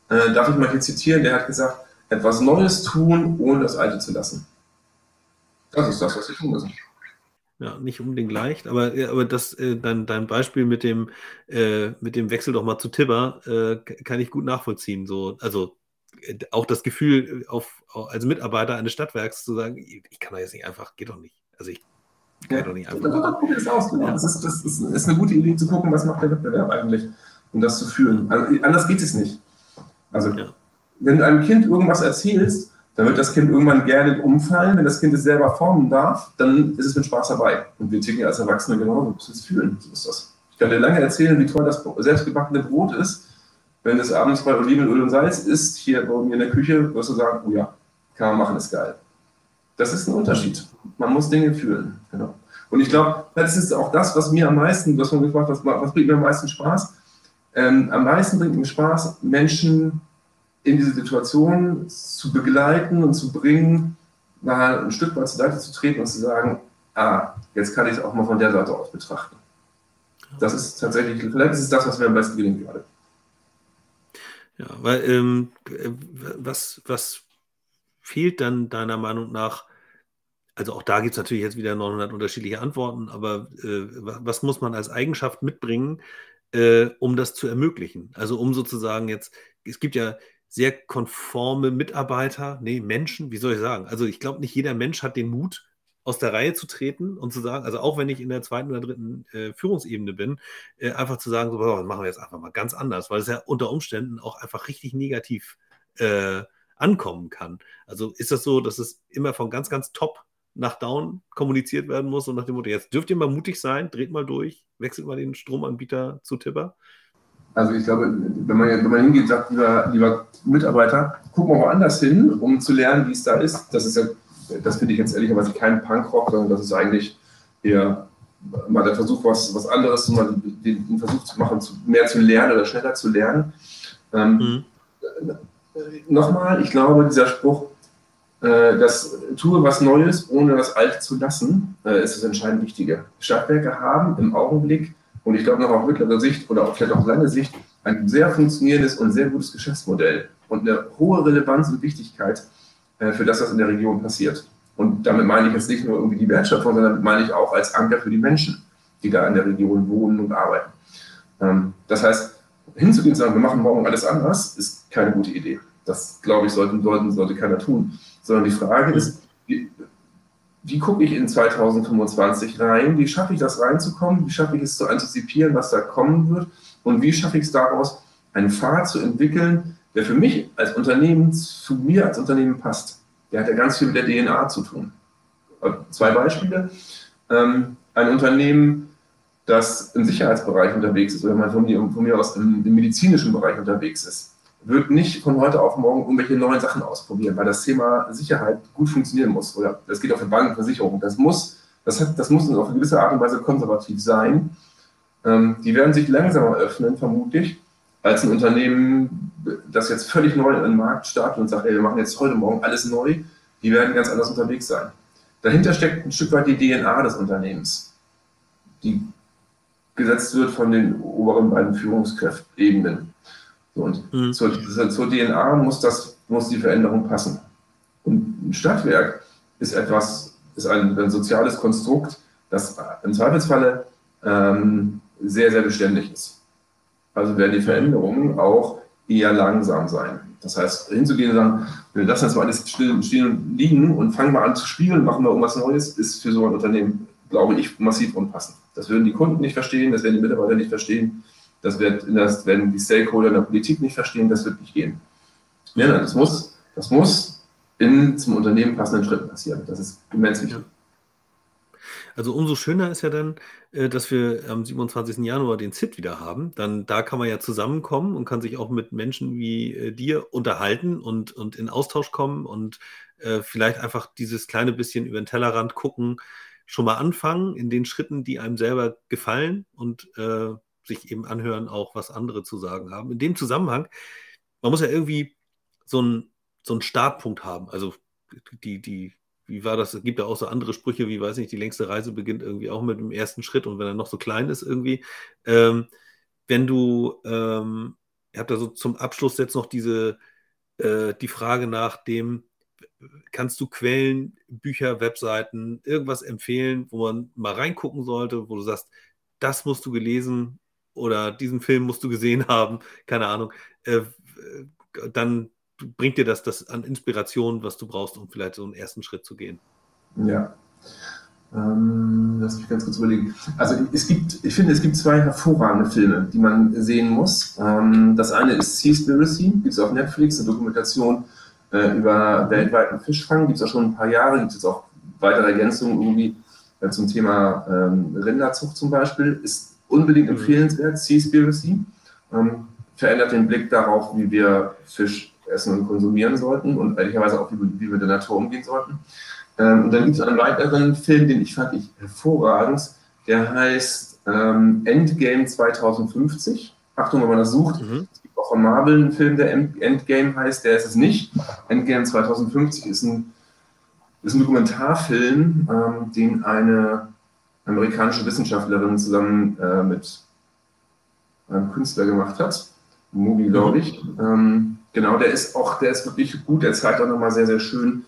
darf ich mal hier zitieren, der hat gesagt, etwas Neues tun, ohne das Alte zu lassen. Das ist das, was wir tun müssen. Ja, nicht unbedingt leicht, aber dein Beispiel mit dem Wechsel doch mal zu Tibber kann ich gut nachvollziehen. So, also auch das Gefühl, als Mitarbeiter eines Stadtwerks zu sagen, ich kann da jetzt nicht einfach, geht doch nicht. Also ich kann doch nicht einfach. Probier es aus, genau. Ja. Das ist eine gute Idee zu gucken, was macht der Wettbewerb eigentlich, um das zu fühlen. Also, anders geht es nicht. Also, wenn du einem Kind irgendwas erzählst, dann wird das Kind irgendwann gerne umfallen. Wenn das Kind es selber formen darf, dann ist es mit Spaß dabei. Und wir ticken als Erwachsene genauso, du musst es fühlen. So ist das. Ich kann dir lange erzählen, wie toll das selbstgebackene Brot ist. Wenn es abends bei Oliven, Öl und Salz ist, hier bei mir in der Küche, wirst du sagen, oh ja, kann man machen, ist geil. Das ist ein Unterschied. Man muss Dinge fühlen. Genau. Und ich glaube, das ist auch das, was mir am meisten, was man gefragt, was bringt mir am meisten Spaß? Am meisten bringt mir Spaß, Menschen in diese Situation zu begleiten und zu bringen, mal ein Stück weit zur Seite zu treten und zu sagen, jetzt kann ich es auch mal von der Seite aus betrachten. Das ist tatsächlich, vielleicht ist es das, was mir am besten gelingt gerade. Ja, weil was fehlt dann deiner Meinung nach? Also auch da gibt es natürlich jetzt wieder 900 unterschiedliche Antworten, aber was muss man als Eigenschaft mitbringen, um das zu ermöglichen? Also um sozusagen jetzt, es gibt ja sehr konforme Mitarbeiter, Menschen, wie soll ich sagen? Also ich glaube, nicht jeder Mensch hat den Mut, aus der Reihe zu treten und zu sagen, also auch wenn ich in der zweiten oder dritten Führungsebene bin, einfach zu sagen, so, das machen wir jetzt einfach mal ganz anders, weil es ja unter Umständen auch einfach richtig negativ ankommen kann. Also ist das so, dass es immer von ganz, ganz top nach down kommuniziert werden muss und nach dem Motto, jetzt dürft ihr mal mutig sein, dreht mal durch, wechselt mal den Stromanbieter zu Tibber? Also ich glaube, wenn man hingeht und sagt, lieber Mitarbeiter, guck mal woanders hin, um zu lernen, wie es da ist. Das finde ich jetzt ehrlicherweise kein Punkrock, sondern das ist eigentlich eher mal der Versuch, was anderes, mal den Versuch zu machen, mehr zu lernen oder schneller zu lernen. Nochmal, ich glaube, dieser Spruch, das tue was Neues, ohne das Alte zu lassen, ist das entscheidend Wichtige. Stadtwerke haben im Augenblick, und ich glaube noch auf mittlere Sicht oder vielleicht auch lange Sicht, ein sehr funktionierendes und sehr gutes Geschäftsmodell und eine hohe Relevanz und Wichtigkeit für das, was in der Region passiert. Und damit meine ich jetzt nicht nur irgendwie die Wertschöpfung, sondern damit meine ich auch als Anker für die Menschen, die da in der Region wohnen und arbeiten. Das heißt, hinzugehen und sagen, wir machen morgen alles anders, ist keine gute Idee. Das, glaube ich, sollte keiner tun. Sondern die Frage ist, wie gucke ich in 2025 rein? Wie schaffe ich das reinzukommen? Wie schaffe ich es zu antizipieren, was da kommen wird? Und wie schaffe ich es daraus, einen Pfad zu entwickeln, der für mich als Unternehmen, zu mir als Unternehmen passt? Der hat ja ganz viel mit der DNA zu tun. 2 Beispiele. Ein Unternehmen, das im Sicherheitsbereich unterwegs ist, oder man von mir aus im medizinischen Bereich unterwegs ist, wird nicht von heute auf morgen irgendwelche neuen Sachen ausprobieren, weil das Thema Sicherheit gut funktionieren muss. Oder das geht auf eine Bankenversicherung. Das muss auf eine gewisse Art und Weise konservativ sein. Die werden sich langsamer öffnen, vermutlich, als ein Unternehmen, das jetzt völlig neu in den Markt startet und sagt, wir machen jetzt heute Morgen alles neu. Die werden ganz anders unterwegs sein. Dahinter steckt ein Stück weit die DNA des Unternehmens, die gesetzt wird von den oberen beiden Führungskräfteebenen. Und zur DNA muss die Veränderung passen. Und ein Stadtwerk ist ein soziales Konstrukt, das im Zweifelsfalle sehr, sehr beständig ist. Also werden die Veränderungen auch eher langsam sein. Das heißt, hinzugehen und sagen, wir lassen jetzt mal alles stehen und liegen und fangen mal an zu spielen, machen wir irgendwas Neues, ist für so ein Unternehmen, glaube ich, massiv unpassend. Das würden die Kunden nicht verstehen, das werden die Mitarbeiter nicht verstehen. Das werden die Stakeholder in der Politik nicht verstehen, das wird nicht gehen. Ja, das muss zum Unternehmen passenden Schritten passieren. Das ist immens wichtig. Also umso schöner ist ja dann, dass wir am 27. Januar den CIT wieder haben. Da kann man ja zusammenkommen und kann sich auch mit Menschen wie dir unterhalten und in Austausch kommen und vielleicht einfach dieses kleine bisschen über den Tellerrand gucken, schon mal anfangen in den Schritten, die einem selber gefallen und sich eben anhören, auch was andere zu sagen haben. In dem Zusammenhang, man muss ja irgendwie so einen Startpunkt haben. Also wie war das? Es gibt ja auch so andere Sprüche, wie, weiß nicht, die längste Reise beginnt irgendwie auch mit dem ersten Schritt und wenn er noch so klein ist irgendwie. Wenn du habe da so zum Abschluss jetzt noch die Frage nach dem, kannst du Quellen, Bücher, Webseiten, irgendwas empfehlen, wo man mal reingucken sollte, wo du sagst, das musst du gelesen oder diesen Film musst du gesehen haben, keine Ahnung, dann bringt dir das an Inspiration, was du brauchst, um vielleicht so einen ersten Schritt zu gehen. Ja. Lass mich ganz kurz überlegen. Also ich finde, es gibt zwei hervorragende Filme, die man sehen muss. Das eine ist Seaspiracy, gibt es auf Netflix, eine Dokumentation über weltweiten Fischfang, gibt es auch schon ein paar Jahre, gibt es auch weitere Ergänzungen irgendwie zum Thema Rinderzucht zum Beispiel. Ist unbedingt empfehlenswert, Seaspiracy. Verändert den Blick darauf, wie wir Fisch essen und konsumieren sollten und ehrlicherweise auch, wie wir mit der Natur umgehen sollten. Und dann gibt es einen weiteren Film, den fand ich hervorragend, der heißt Endgame 2050. Achtung, wenn man das sucht. Es gibt auch von Marvel einen Film, der Endgame heißt, der ist es nicht. Endgame 2050 ist ein Dokumentarfilm, den eine amerikanische Wissenschaftlerin zusammen mit einem Künstler gemacht hat. Mubi, glaube ich. Genau, der ist wirklich gut, der zeigt auch nochmal sehr, sehr schön,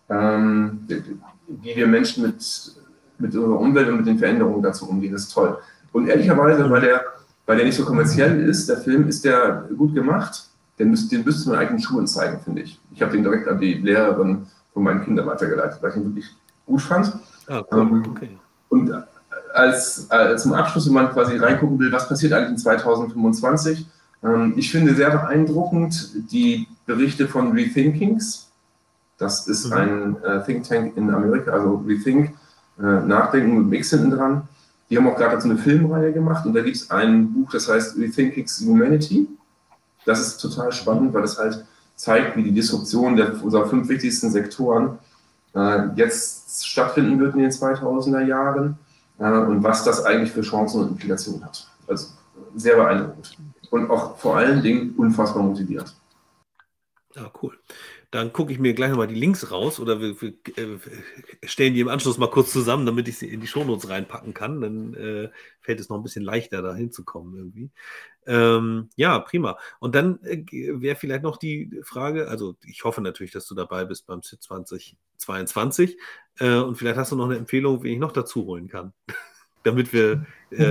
wie wir Menschen mit unserer Umwelt und mit den Veränderungen dazu umgehen. Das ist toll. Und ehrlicherweise, weil der nicht so kommerziell ist, der Film ist der gut gemacht, den müsste man eigentlich in Schulen zeigen, finde ich. Ich habe den direkt an die Lehrerin von meinen Kindern weitergeleitet, weil ich ihn wirklich gut fand. Cool. Okay. Und zum Abschluss, wenn man quasi reingucken will, was passiert eigentlich in 2025, ich finde sehr beeindruckend die Berichte von Rethinkings. Das ist ein Think Tank in Amerika, also Rethink, Nachdenken mit Mix hinten dran. Die haben auch gerade dazu eine Filmreihe gemacht und da gibt es ein Buch, das heißt Rethinking's Humanity. Das ist total spannend, weil es halt zeigt, wie die Disruption unserer 5 wichtigsten Sektoren jetzt stattfinden wird in den 2000er Jahren und was das eigentlich für Chancen und Implikationen hat. Also sehr beeindruckend und auch vor allen Dingen unfassbar motivierend. Ja, cool. Dann gucke ich mir gleich nochmal die Links raus oder wir stellen die im Anschluss mal kurz zusammen, damit ich sie in die Shownotes reinpacken kann. Dann fällt es noch ein bisschen leichter, da hinzukommen irgendwie. Ja, prima. Und dann wäre vielleicht noch die Frage, also ich hoffe natürlich, dass du dabei bist beim CIT 2022 und vielleicht hast du noch eine Empfehlung, wen ich noch dazu holen kann, damit wir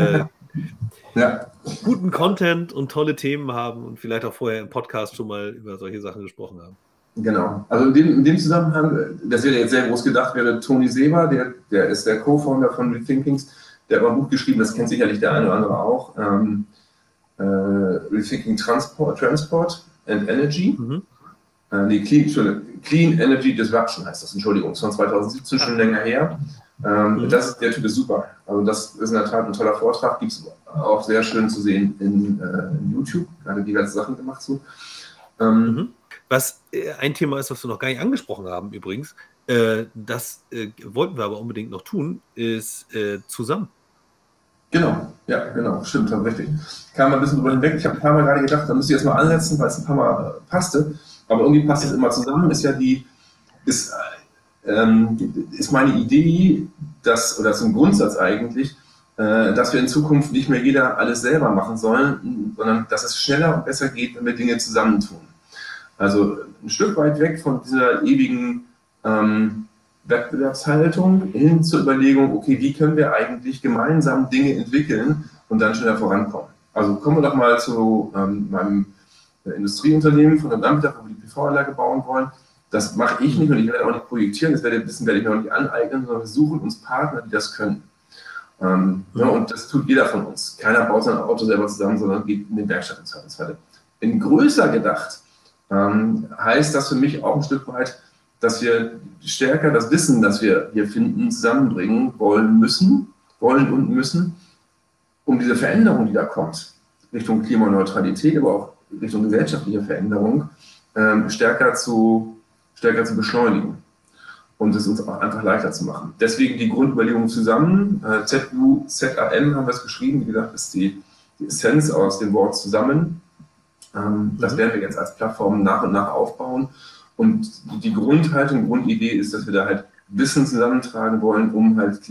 guten Content und tolle Themen haben und vielleicht auch vorher im Podcast schon mal über solche Sachen gesprochen haben. Genau. Also in dem Zusammenhang, das wäre jetzt sehr groß gedacht, wäre Toni Seber, der ist der Co-Founder von Rethinkings, der hat mal ein Buch geschrieben, das kennt sicherlich der eine oder andere auch, Rethinking Transport and Energy. Clean Energy Disruption heißt das, Entschuldigung, ist von 2017 schon länger her. Der Typ ist super. Also das ist in der Tat ein toller Vortrag, gibt es auch sehr schön zu sehen in YouTube, gerade diverse Sachen gemacht zu. Was ein Thema ist, was wir noch gar nicht angesprochen haben übrigens, das wollten wir aber unbedingt noch tun, ist zusammen. Genau, stimmt, richtig. Kam ein bisschen drüber hinweg. Ich habe ein paar Mal gerade gedacht, da müsste ich jetzt mal ansetzen, weil es ein paar Mal passte. Aber irgendwie passt es immer zusammen. Ist meine Idee, oder zum Grundsatz eigentlich, dass wir in Zukunft nicht mehr jeder alles selber machen sollen, sondern dass es schneller und besser geht, wenn wir Dinge zusammentun. Also ein Stück weit weg von dieser ewigen Wettbewerbshaltung hin zur Überlegung, okay, wie können wir eigentlich gemeinsam Dinge entwickeln und dann schneller vorankommen. Also kommen wir doch mal zu meinem Industrieunternehmen von einem Nachmittag, wo wir die PV-Anlage bauen wollen. Das mache ich nicht und ich werde auch nicht projektieren, das werde ich mir auch nicht aneignen, sondern wir suchen uns Partner, die das können. Und das tut jeder von uns. Keiner baut sein Auto selber zusammen, sondern geht in den Werkstatt im Zweifelsfall. In größer gedacht heißt das für mich auch ein Stück weit, dass wir stärker das Wissen, das wir hier finden, zusammenbringen wollen und müssen, um diese Veränderung, die da kommt, Richtung Klimaneutralität, aber auch Richtung gesellschaftliche Veränderung, stärker zu beschleunigen und es uns auch einfach leichter zu machen. Deswegen die Grundüberlegung zusammen, ZUZAM haben wir es geschrieben, wie gesagt, ist die Essenz aus dem Wort zusammen. Das werden wir jetzt als Plattform nach und nach aufbauen. Und die Grundidee ist, dass wir da halt Wissen zusammentragen wollen, um halt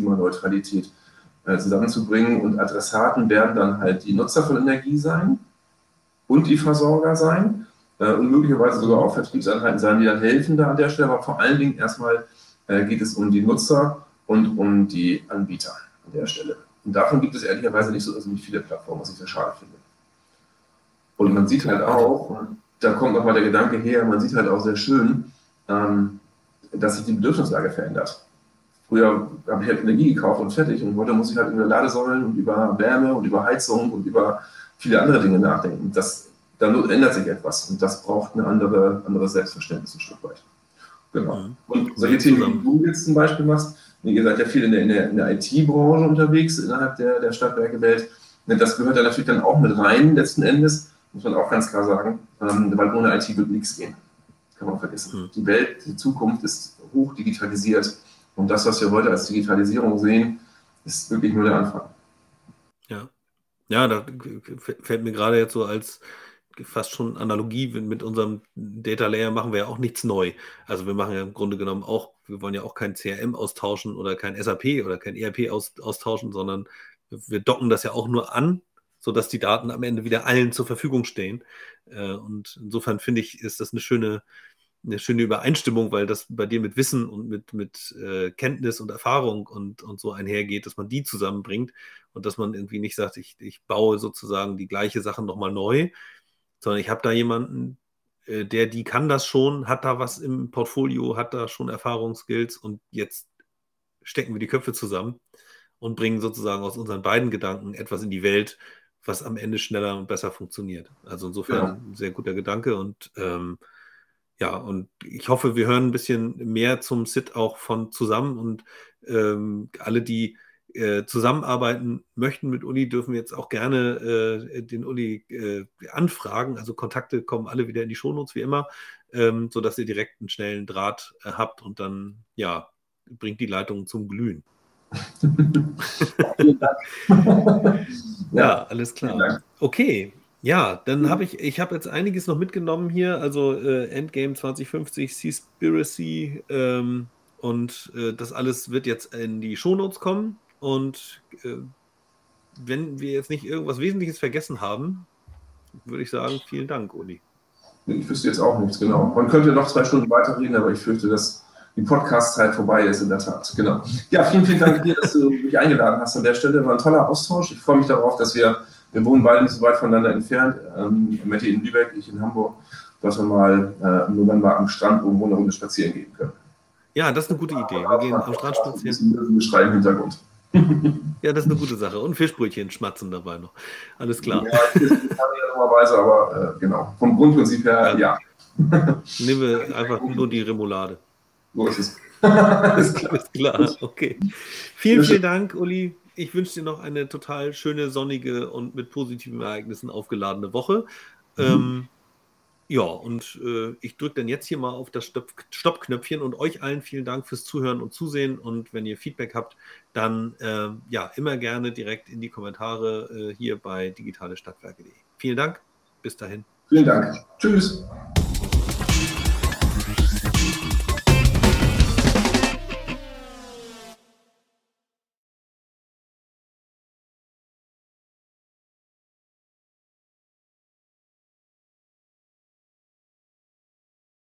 und die Versorger sein und möglicherweise sogar auch Vertriebseinheiten sein, die dann helfen da an der Stelle. Aber vor allen Dingen erstmal geht es um die Nutzer und um die Anbieter an der Stelle. Und davon gibt es ehrlicherweise nicht so nicht viele Plattformen, was ich sehr schade finde. Und man sieht halt auch, da kommt nochmal der Gedanke her, man sieht halt auch sehr schön, dass sich die Bedürfnislage verändert. Früher habe ich halt Energie gekauft und fertig und heute muss ich halt über Ladesäulen und über Wärme und über Heizung und über viele andere Dinge nachdenken. Da ändert sich etwas und das braucht eine andere Selbstverständnis ein Stück weit. Genau. Und solche Themen, die du jetzt zum Beispiel machst, ihr seid ja viel in der IT-Branche unterwegs, innerhalb der Stadtwerke-Welt. Das gehört da natürlich dann auch mit rein, letzten Endes, muss man auch ganz klar sagen, weil ohne IT wird nichts gehen. Kann man vergessen. Die Welt, die Zukunft ist hoch digitalisiert. Und das, was wir heute als Digitalisierung sehen, ist wirklich nur der Anfang. Ja, da fällt mir gerade jetzt so als fast schon Analogie mit unserem Data Layer machen wir ja auch nichts neu. Also wir machen ja im Grunde genommen auch, wir wollen ja auch kein CRM austauschen oder kein SAP oder kein ERP austauschen, sondern wir docken das ja auch nur an, sodass die Daten am Ende wieder allen zur Verfügung stehen. Und insofern finde ich, ist das eine schöne Übereinstimmung, weil das bei dir mit Wissen und mit Kenntnis und Erfahrung und so einhergeht, dass man die zusammenbringt und dass man irgendwie nicht sagt, ich baue sozusagen die gleiche Sache nochmal neu, sondern ich habe da jemanden, die kann das schon, hat da was im Portfolio, hat da schon Erfahrungsskills und jetzt stecken wir die Köpfe zusammen und bringen sozusagen aus unseren beiden Gedanken etwas in die Welt, was am Ende schneller und besser funktioniert. Also insofern ein sehr guter Gedanke und ja, und ich hoffe, wir hören ein bisschen mehr zum SIT auch von zusammen und alle, die zusammenarbeiten möchten mit Uli, dürfen jetzt auch gerne den Uli anfragen. Also Kontakte kommen alle wieder in die Shownotes wie immer, sodass ihr direkt einen schnellen Draht habt und dann, ja, bringt die Leitung zum Glühen. Vielen Dank. Ja, alles klar. Okay. Ja, dann habe ich habe jetzt einiges noch mitgenommen hier, also Endgame 2050, Seaspiracy und das alles wird jetzt in die Shownotes kommen und wenn wir jetzt nicht irgendwas Wesentliches vergessen haben, würde ich sagen, vielen Dank, Uli. Ich wüsste jetzt auch nichts, genau. Man könnte noch 2 Stunden weiterreden, aber ich fürchte, dass die Podcast-Zeit vorbei ist, in der Tat. Genau. Ja, vielen Dank dir, dass du mich eingeladen hast an der Stelle. War ein toller Austausch. Ich freue mich darauf, dass wir wohnen beide nicht so weit voneinander entfernt. Matti in Lübeck, ich in Hamburg, dass wir mal im November am Strand irgendwo eine Runde spazieren gehen können. Ja, das ist eine gute Idee. Wir gehen am Strand spazieren. Ein bisschen Geschrei im Hintergrund. Ja, das ist eine gute Sache. Und Fischbrötchen schmatzen dabei noch. Alles klar. Ja, das kann ich ja normalerweise, aber genau. Vom Grundprinzip her, ja. Nehmen wir einfach nur die Remoulade. So ist es. Alles klar, okay. Vielen Dank, Uli. Ich wünsche dir noch eine total schöne, sonnige und mit positiven Ereignissen aufgeladene Woche. Ja, und ich drücke dann jetzt hier mal auf das Stoppknöpfchen und euch allen vielen Dank fürs Zuhören und Zusehen. Und wenn ihr Feedback habt, dann ja, immer gerne direkt in die Kommentare hier bei digitalestadtwerke.de. Vielen Dank, bis dahin. Vielen Dank. Tschüss.